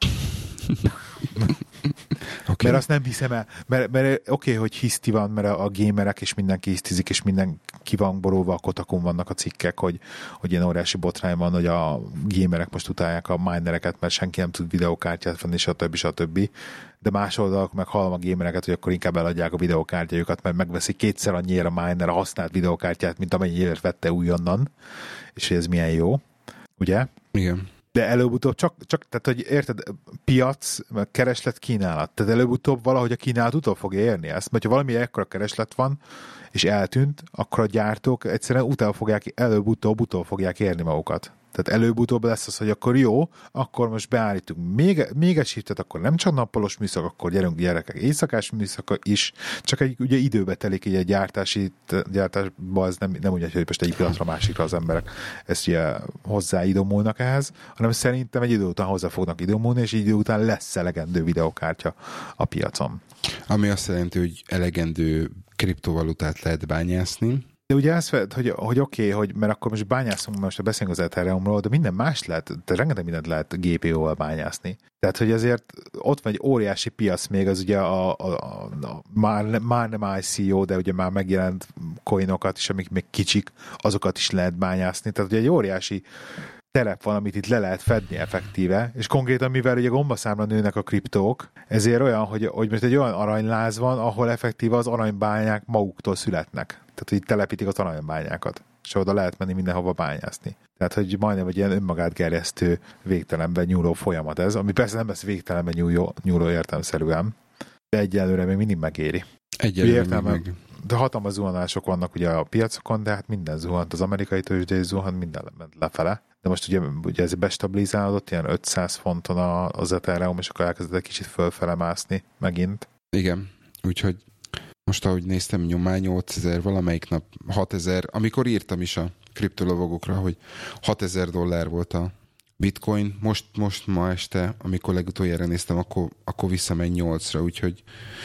B: Okay. Mert azt nem hiszem el. Mert, mert oké, okay, hogy hiszti van, mert a, a gamerek és mindenki hisztizik, és mindenki van borulva, a Kotakun vannak a cikkek, hogy, hogy ilyen óriási botrány van, hogy a gamerek most utálják a minereket, mert senki nem tud videókártyát venni, stb. stb. De más oldalak meg hallom a gamereket, hogy akkor inkább eladják a videókártyájukat, mert megveszik kétszer annyiért a miner a használt videókártyát, mint amennyiért vette újonnan, és hogy ez milyen jó. Ugye?
A: Igen.
B: De előbb-utóbb csak, csak, tehát hogy érted, piac, kereslet, kínálat. Tehát előbb-utóbb valahogy a kínálat utol fogja érni ezt, mert ha valami ekkora kereslet van, és eltűnt, akkor a gyártók egyszerűen utána fogják, előbb-utóbb utol fogják érni magukat. Tehát előbb-utóbb lesz az, hogy akkor jó, akkor most beállítunk még, még egy shiftet, akkor nem csak nappalos műszak, akkor gyerünk gyerekek éjszakás műszak is, csak egy ugye időbe telik így egy gyártási, gyártásban ez nem, nem úgy, hogy most egy pillanatra másikra az emberek ezt ugye hozzáidomulnak ehhez, hanem szerintem egy idő után hozzá fognak idomulni, és idő után lesz elegendő videokártya a piacon.
A: Ami azt jelenti, hogy elegendő kriptovalutát lehet bányászni.
B: De ugye azt hogy, hogy, hogy oké, okay, hogy, mert akkor most bányászunk, most beszélünk az Ethereumról, de minden más lehet, de rengeteg mindent lehet gé pé u-val bányászni. Tehát, hogy azért ott van egy óriási piac még, az ugye a, a, a, a már, már nem i cé o, de ugye már megjelent coinokat is, amik még kicsik, azokat is lehet bányászni. Tehát ugye egy óriási terep van, amit itt le lehet fedni effektíve, és konkrétan, mivel ugye gombaszámra nőnek a kriptók, ezért olyan, hogy, hogy most egy olyan aranyláz van, ahol effektíve az aranybányák maguktól születnek. Tehát, hogy telepítik az aranybányákat, és oda lehet menni mindenhova bányászni. Tehát, hogy majdnem egy ilyen önmagát gerjesztő, végtelenben nyúló folyamat ez, ami persze nem lesz végtelenben nyúló, nyúló értelmszerűen, de egyelőre még mindig megéri.
A: Egyelőre értelme, meg.
B: De hatalmas zuhanások vannak ugye a piacokon, de hát minden zuhant, az amerikai tőzsdei zuhant, minden ment lefele. De most ugye, ugye ez bestabilizálódott, ilyen ötszáz fonton az Ethereum, és akkor elkezdett egy kicsit fölfele mászni megint.
A: Igen, úgyhogy most ahogy néztem, nyomán nyolcezer, valamelyik nap hatezer, amikor írtam is a kriptolovagokra, hogy hatezer dollár volt a bitcoin, most, most ma este, amikor legutoljára néztem, akkor, akkor visszamegy nyolcra, úgyhogy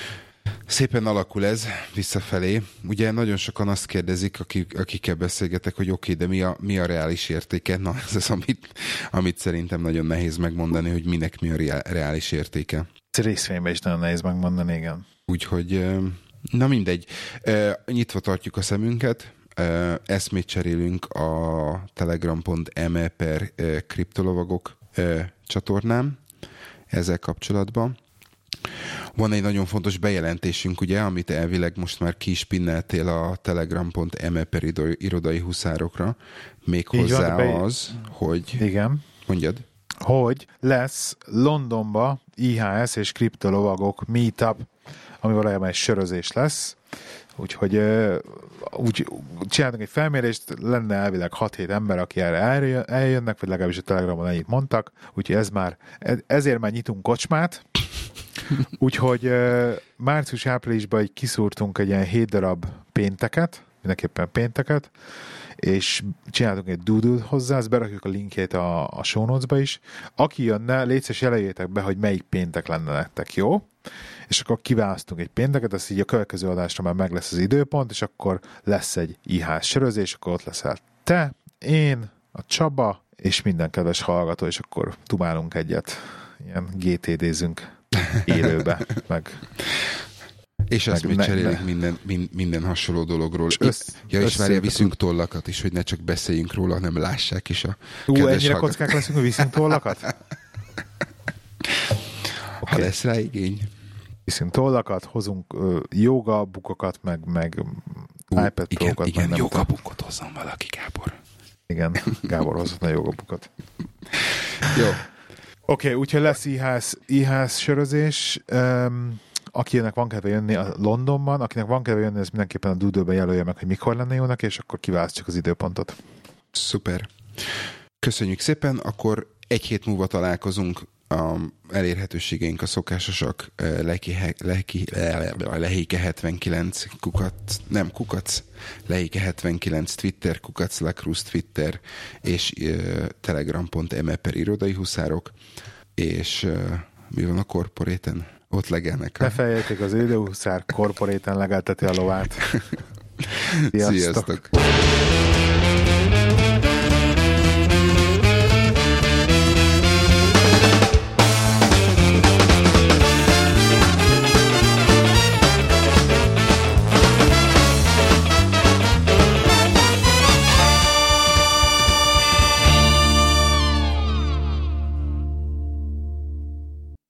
A: szépen alakul ez visszafelé. Ugye nagyon sokan azt kérdezik, akik, akikkel beszélgetek, hogy oké, okay, de mi a, mi a reális értéke? Na, ez az, amit, amit szerintem nagyon nehéz megmondani, hogy minek mi a reális értéke.
B: Ez részvényben is nagyon nehéz megmondani, igen.
A: Úgyhogy, na mindegy. Nyitva tartjuk a szemünket, eszmét cserélünk a telegram pont me per kriptolovagok csatornán ezzel kapcsolatban. Van egy nagyon fontos bejelentésünk, ugye, amit elvileg most már ki is pinneltél a telegram pont em e per irodai huszárokra. Még hozzá be... az, hogy...
B: Igen.
A: Mondjad.
B: Hogy lesz Londonba i há es és kriptolovagok meetup, ami valójában egy sörözés lesz. Úgyhogy úgy csináltunk egy felmérést, lenne elvileg hat-hét ember, aki erre eljönnek, vagy legalábbis a Telegramon ennyit mondtak, úgyhogy ez már, ezért már nyitunk kocsmát. Úgyhogy március-áprilisban így kiszúrtunk egy ilyen hét darab pénteket, mindenképpen pénteket, és csináltunk egy doodle hozzá, ezt berakjuk a linkjét a, a show notes-ba is. Aki jönne, légy szíves, jelöljétek be, hogy melyik péntek lenne nektek, jó? És akkor kiválasztunk egy pénteket, azt így a következő adásra már meg lesz az időpont, és akkor lesz egy i há-s sörözés, akkor ott leszel te, én, a Csaba, és minden kedves hallgató, és akkor dumálunk egyet. Ilyen gé té dé-zünk élőbe, meg...
A: És azt még cserélik ne. minden, minden hasonló dologról.
B: Össz,
A: ja, és várja, viszünk tollakat is, hogy ne csak beszéljünk róla, hanem lássák is a
B: Ú, ennyire hallgat... kockák leszünk, hogy viszünk tollakat?
A: Ha okay. lesz rá igény.
B: Viszünk tollakat, hozunk uh, joga bukokat, meg, meg
A: uh,
B: iPad
A: igen,
B: Pro-kat.
A: Igen, joga bukot hozzon valaki, Gábor.
B: Igen, Gábor hozott a joga bukot.
A: Jó.
B: Oké, okay, úgyhogy lesz i há-s sörözés. Um, akinek van kedve jönni a Londonban, akinek van kedve jönni, ez mindenképpen a Doodle-ben jelölje meg, hogy mikor lenne jónak, és akkor kiválasztjuk az időpontot.
A: Szuper. Köszönjük szépen, akkor egy hét múlva találkozunk. A elérhetőségeink a szokásosak, Lehike hetvenkilenc kukat, nem kukac, Lehike hetvenkilenc Twitter, kukac Lacruz Twitter, és uh, telegram pont em e per irodai huszárok, és uh, mi van a korporéten? Ott legelnek.
B: Ne feljejték, az időhuszár korporéten legelteti a lovát.
A: Sziasztok! Sziasztok.